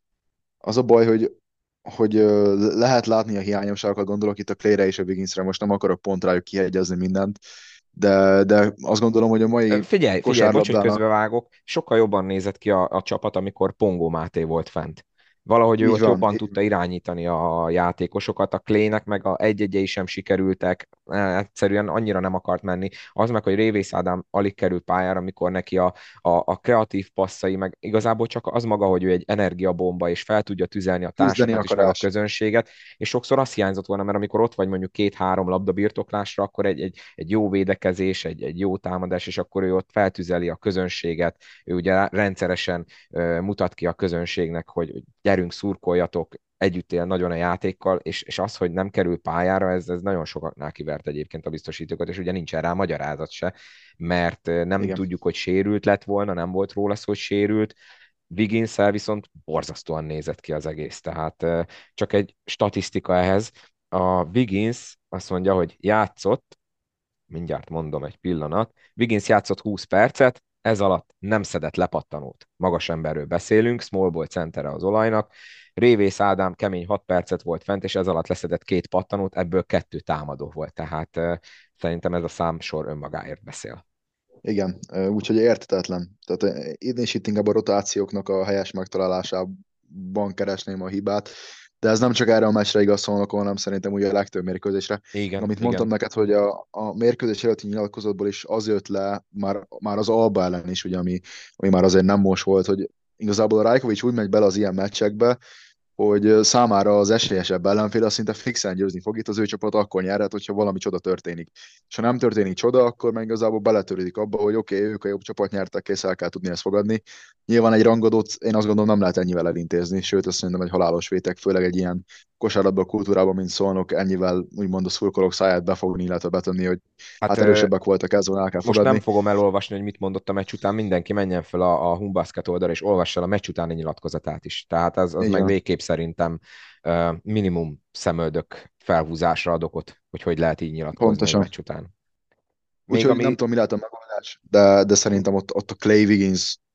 Az a baj, hogy hogy lehet látni a hiányosságokat, gondolok itt a Clay-re és a Wigginsre, most nem akarok pont rájuk kihegyezni mindent, de, de azt gondolom, hogy a mai Figyelj, figyelj, bocs, hogy kosárlabdának... közbevágok, sokkal jobban nézett ki a, a csapat, amikor Pongó Máté volt fent. Valahogy ő Így ott van, jobban így tudta irányítani a játékosokat, a Klének meg a egy-egyei sem sikerültek, egyszerűen annyira nem akart menni. Az meg, hogy Révész Ádám alig kerül pályára, amikor neki a, a, a kreatív passzai, meg igazából csak az maga, hogy ő egy energiabomba, és fel tudja tüzelni a küzdeni társakat is, meg a akarás. közönséget, és sokszor azt hiányzott volna, mert amikor ott vagy mondjuk két-három labda birtoklásra, akkor egy, egy, egy jó védekezés, egy, egy jó támadás, és akkor ő ott feltüzeli a közönséget, ő ugye rendszeresen uh, mutat ki a közönségnek, hogy gyerünk, szurkoljatok, együtt él nagyon a játékkal, és, és az, hogy nem kerül pályára, ez, ez nagyon sokaknál kivert egyébként a biztosítókat, és ugye nincsen rá magyarázat se, mert nem Igen. tudjuk, hogy sérült lett volna, nem volt róla szó, hogy sérült, Wiggins-el viszont borzasztóan nézett ki az egész, tehát csak egy statisztika ehhez. A Wiggins azt mondja, hogy játszott, mindjárt mondom egy pillanat, Wiggins játszott húsz percet, ez alatt nem szedett lepattanót. Magas emberről beszélünk, small ball centere az olajnak. Révész Ádám kemény hat percet volt fent, és ez alatt leszedett két pattanót, ebből kettő támadó volt. Tehát uh, szerintem ez a számsor önmagáért beszél. Igen, úgyhogy értetetlen. Tehát én is itt inkább a rotációknak a helyes megtalálásában keresném a hibát, de ez nem csak erre a meccsre igaz Szolnokon, hanem szerintem ugye a legtöbb mérkőzésre. Igen, Amit igen. mondtam neked, hogy a, a mérkőzés előtti nyilatkozatból is az jött le, már, már az Alba ellen is, ugye, ami, ami már azért nem most volt, hogy igazából a Rajkovics úgy megy bele az ilyen meccsekbe, hogy számára az esélyesebb ellenfél az szinte fixen győzni fog, itt az ő csapat akkor nyerhet, hogyha valami csoda történik. És ha nem történik csoda, akkor meg igazából beletörődik abba, hogy oké, okay, ők a jobb csapat nyertek, és el kell tudni ezt fogadni. Nyilván egy rangadót én azt gondolom nem lehet ennyivel elintézni, sőt azt szerintem egy halálos vétek, főleg egy ilyen kosárlabda kultúrában, mint Szolnok, ennyivel úgymond a szurkolók száját befogni, illetve betenni, hogy hát, hát erősebbek voltak, ez van, el kell most fogadni. nem fogom elolvasni, hogy mit mondott a meccs után, mindenki menjen fel a, a Humbasket oldalra, és olvassa el a meccs utáni nyilatkozatát is. Tehát az, az meg végképp szerintem uh, minimum szemöldök felhúzásra ad okot, hogy hogy lehet így nyilatkozni Pontosan. egy meccs után. Úgyhogy ami... nem tudom, mi lehet a megoldás, de, de szerintem ott, ott a Clay Wiggins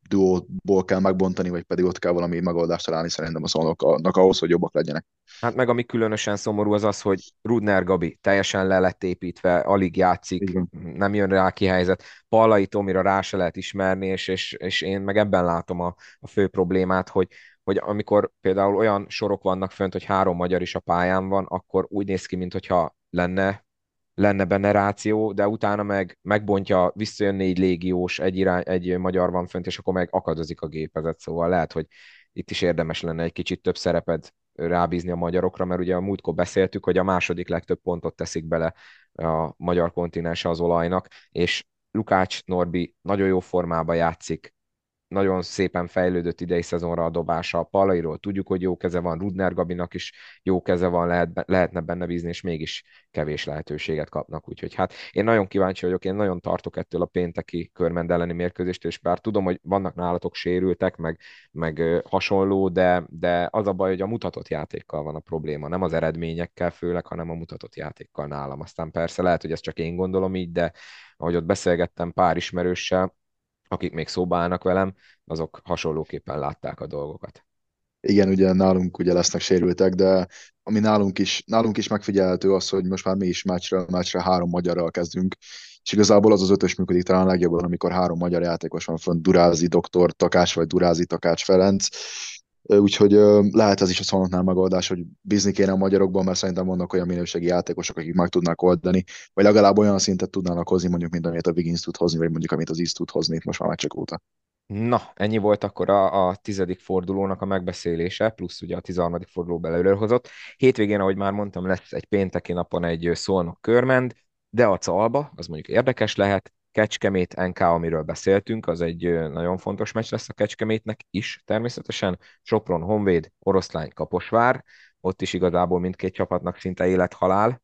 duóból kell megbontani, vagy pedig ott kell valami megoldást találni szerintem a Szolnoknak ahhoz, hogy jobbak legyenek. Hát meg ami különösen szomorú az az, hogy Rudner Gabi teljesen le lett építve, alig játszik, nem jön rá ki helyzet. Pallai Tomira rá se lehet ismerni, és, és, és én meg ebben látom a, a fő problémát, hogy, hogy amikor például olyan sorok vannak fönt, hogy három magyar is a pályán van, akkor úgy néz ki, mintha lenne lenne benne ráció, de utána meg megbontja, visszajön négy légiós, egy, irány, egy magyar van fönt, és akkor meg akadozik a gépezet, szóval lehet, hogy itt is érdemes lenne egy kicsit több szerepet rábízni a magyarokra, mert ugye a múltkor beszéltük, hogy a második legtöbb pontot teszik bele a magyar kontinense az olajnak, és Lukács Norbi nagyon jó formában játszik, nagyon szépen fejlődött idei szezonra a dobása. A Pallairól tudjuk, hogy jó keze van, Rudner Gabinak is jó keze van, lehet, lehetne benne bízni, és mégis kevés lehetőséget kapnak. Úgyhogy hát én nagyon kíváncsi vagyok, én nagyon tartok ettől a pénteki Körmend elleni mérkőzéstől, és bár tudom, hogy vannak nálatok sérültek, meg, meg hasonló, de, de az a baj, hogy a mutatott játékkal van a probléma, nem az eredményekkel főleg, hanem a mutatott játékkal nálam. Aztán persze lehet, hogy ezt csak én gondolom így, de ahogy ott beszélgettem pár ismerőssel, akik még szóba állnak velem, azok hasonlóképpen látták a dolgokat. Igen, ugye nálunk ugye lesznek sérültek, de ami nálunk is, nálunk is megfigyelhető az, hogy most már mi is meccsről meccsre három magyarral kezdünk, és igazából az az ötös működik talán legjobban, amikor három magyar játékos van front, Durázi doktor Takács, vagy Durázi Takács Ferenc, úgyhogy lehet ez is a Szolnoknál megoldás, hogy bízni kéne a magyarokban, mert szerintem vannak olyan minőségi játékosok, akik meg tudnak oldani, vagy legalább olyan szintet tudnának hozni, mondjuk, mint amit a Wiggins tud hozni, vagy mondjuk, amit az East tud hozni itt most már meccsek óta. Na, ennyi volt akkor a, a tizedik fordulónak a megbeszélése, plusz ugye a tizenharmadik forduló belőlehozott. Hétvégén, ahogy már mondtam, lesz egy pénteki napon egy Szolnok Körmend, de a Calba, az mondjuk érdekes lehet, Kecskemét en ká, amiről beszéltünk, az egy nagyon fontos meccs lesz a Kecskemétnek is természetesen. Sopron Honvéd, Oroszlány Kaposvár, ott is igazából mindkét csapatnak szinte élet-halál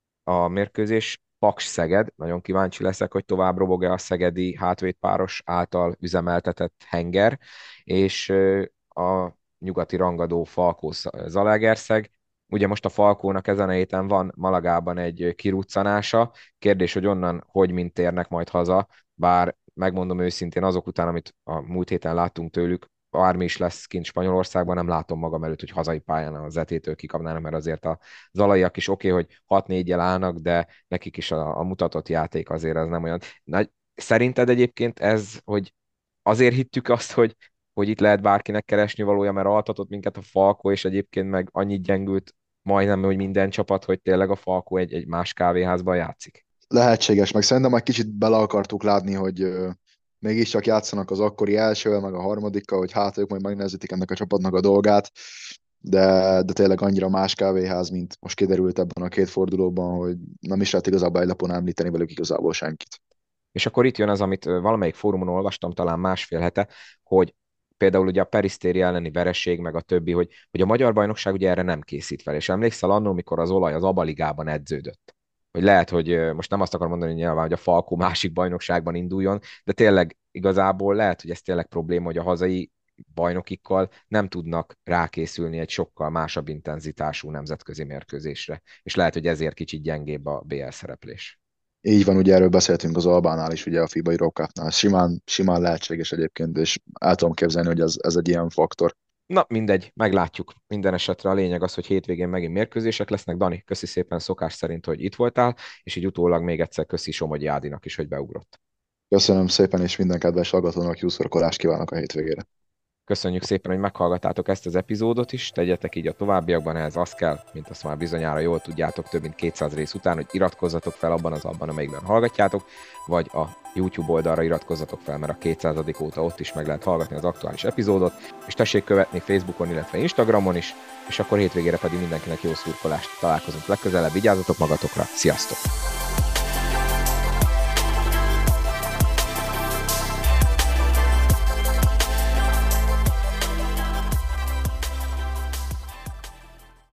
a mérkőzés. Paks Szeged, nagyon kíváncsi leszek, hogy tovább robog-e a szegedi hátvédpáros által üzemeltetett henger, és a nyugati rangadó Falkó Zalaegerszeg. Ugye most a Falkónak ezen a héten van Malagában egy kiruccanása, kérdés, hogy onnan hogy mint térnek majd haza, bár megmondom őszintén azok után, amit a múlt héten láttunk tőlük, bármi is lesz kint Spanyolországban, nem látom magam előtt, hogy hazai pályán a Zetétől kikapnának, mert azért a zalaiak is oké, okay, hogy hat négyel állnak, de nekik is a, a mutatott játék azért ez nem olyan. Na, szerinted egyébként ez, hogy azért hittük azt, hogy, hogy itt lehet bárkinek keresni valója, mert altatott minket a Falkó, és egyébként meg annyit gyengült majdnem, hogy minden csapat, hogy tényleg a Falkó egy, egy más kávéházban játszik. Lehetséges, meg szerintem egy kicsit bele akartuk látni, hogy mégiscsak játszanak az akkori elsővel, meg a harmadikkal, hogy hát ők majd megnehezítik ennek a csapatnak a dolgát, de, de tényleg annyira más kávéház, mint most kiderült ebben a két fordulóban, hogy nem is lehet igazából egy lapon említeni velük igazából senkit. És akkor itt jön az, amit valamelyik fórumon olvastam, talán másfél hete, hogy például ugye a Perisztéri elleni vereség, meg a többi, hogy, hogy a magyar bajnokság ugye erre nem készít fel. És emlékszel annól, mikor az Olaj az ABA ligában edződött? Hogy lehet, hogy most nem azt akarom mondani nyilván, hogy a Falkó másik bajnokságban induljon, de tényleg igazából lehet, hogy ez tényleg probléma, hogy a hazai bajnokikkal nem tudnak rákészülni egy sokkal másabb intenzitású nemzetközi mérkőzésre. És lehet, hogy ezért kicsit gyengébb a bé el szereplés. Így van, ugye erről beszéltünk az Albánál is, ugye a FIBA Europe Cup-nál. Simán, simán lehetséges egyébként, és el tudom képzelni, hogy ez, ez egy ilyen faktor. Na, mindegy, meglátjuk. Minden esetre a lényeg az, hogy hétvégén megint mérkőzések lesznek. Dani, köszi szépen szokás szerint, hogy itt voltál, és így utólag még egyszer köszi Somogyi Ádinak is, hogy beugrott. Köszönöm szépen, és minden kedves hallgatónak jó szórakozást kívánok a hétvégére. Köszönjük szépen, hogy meghallgattátok ezt az epizódot is, tegyetek így a továbbiakban, ehhez az kell, mint azt már bizonyára jól tudjátok több mint kétszáz rész után, hogy iratkozzatok fel abban az abban, amelyikben hallgatjátok, vagy a YouTube oldalra iratkozzatok fel, mert a kétszázadik óta ott is meg lehet hallgatni az aktuális epizódot, és tessék követni Facebookon, illetve Instagramon is, és akkor hétvégére pedig mindenkinek jó szurkolást. Találkozunk legközelebb, vigyázzatok magatokra, sziasztok!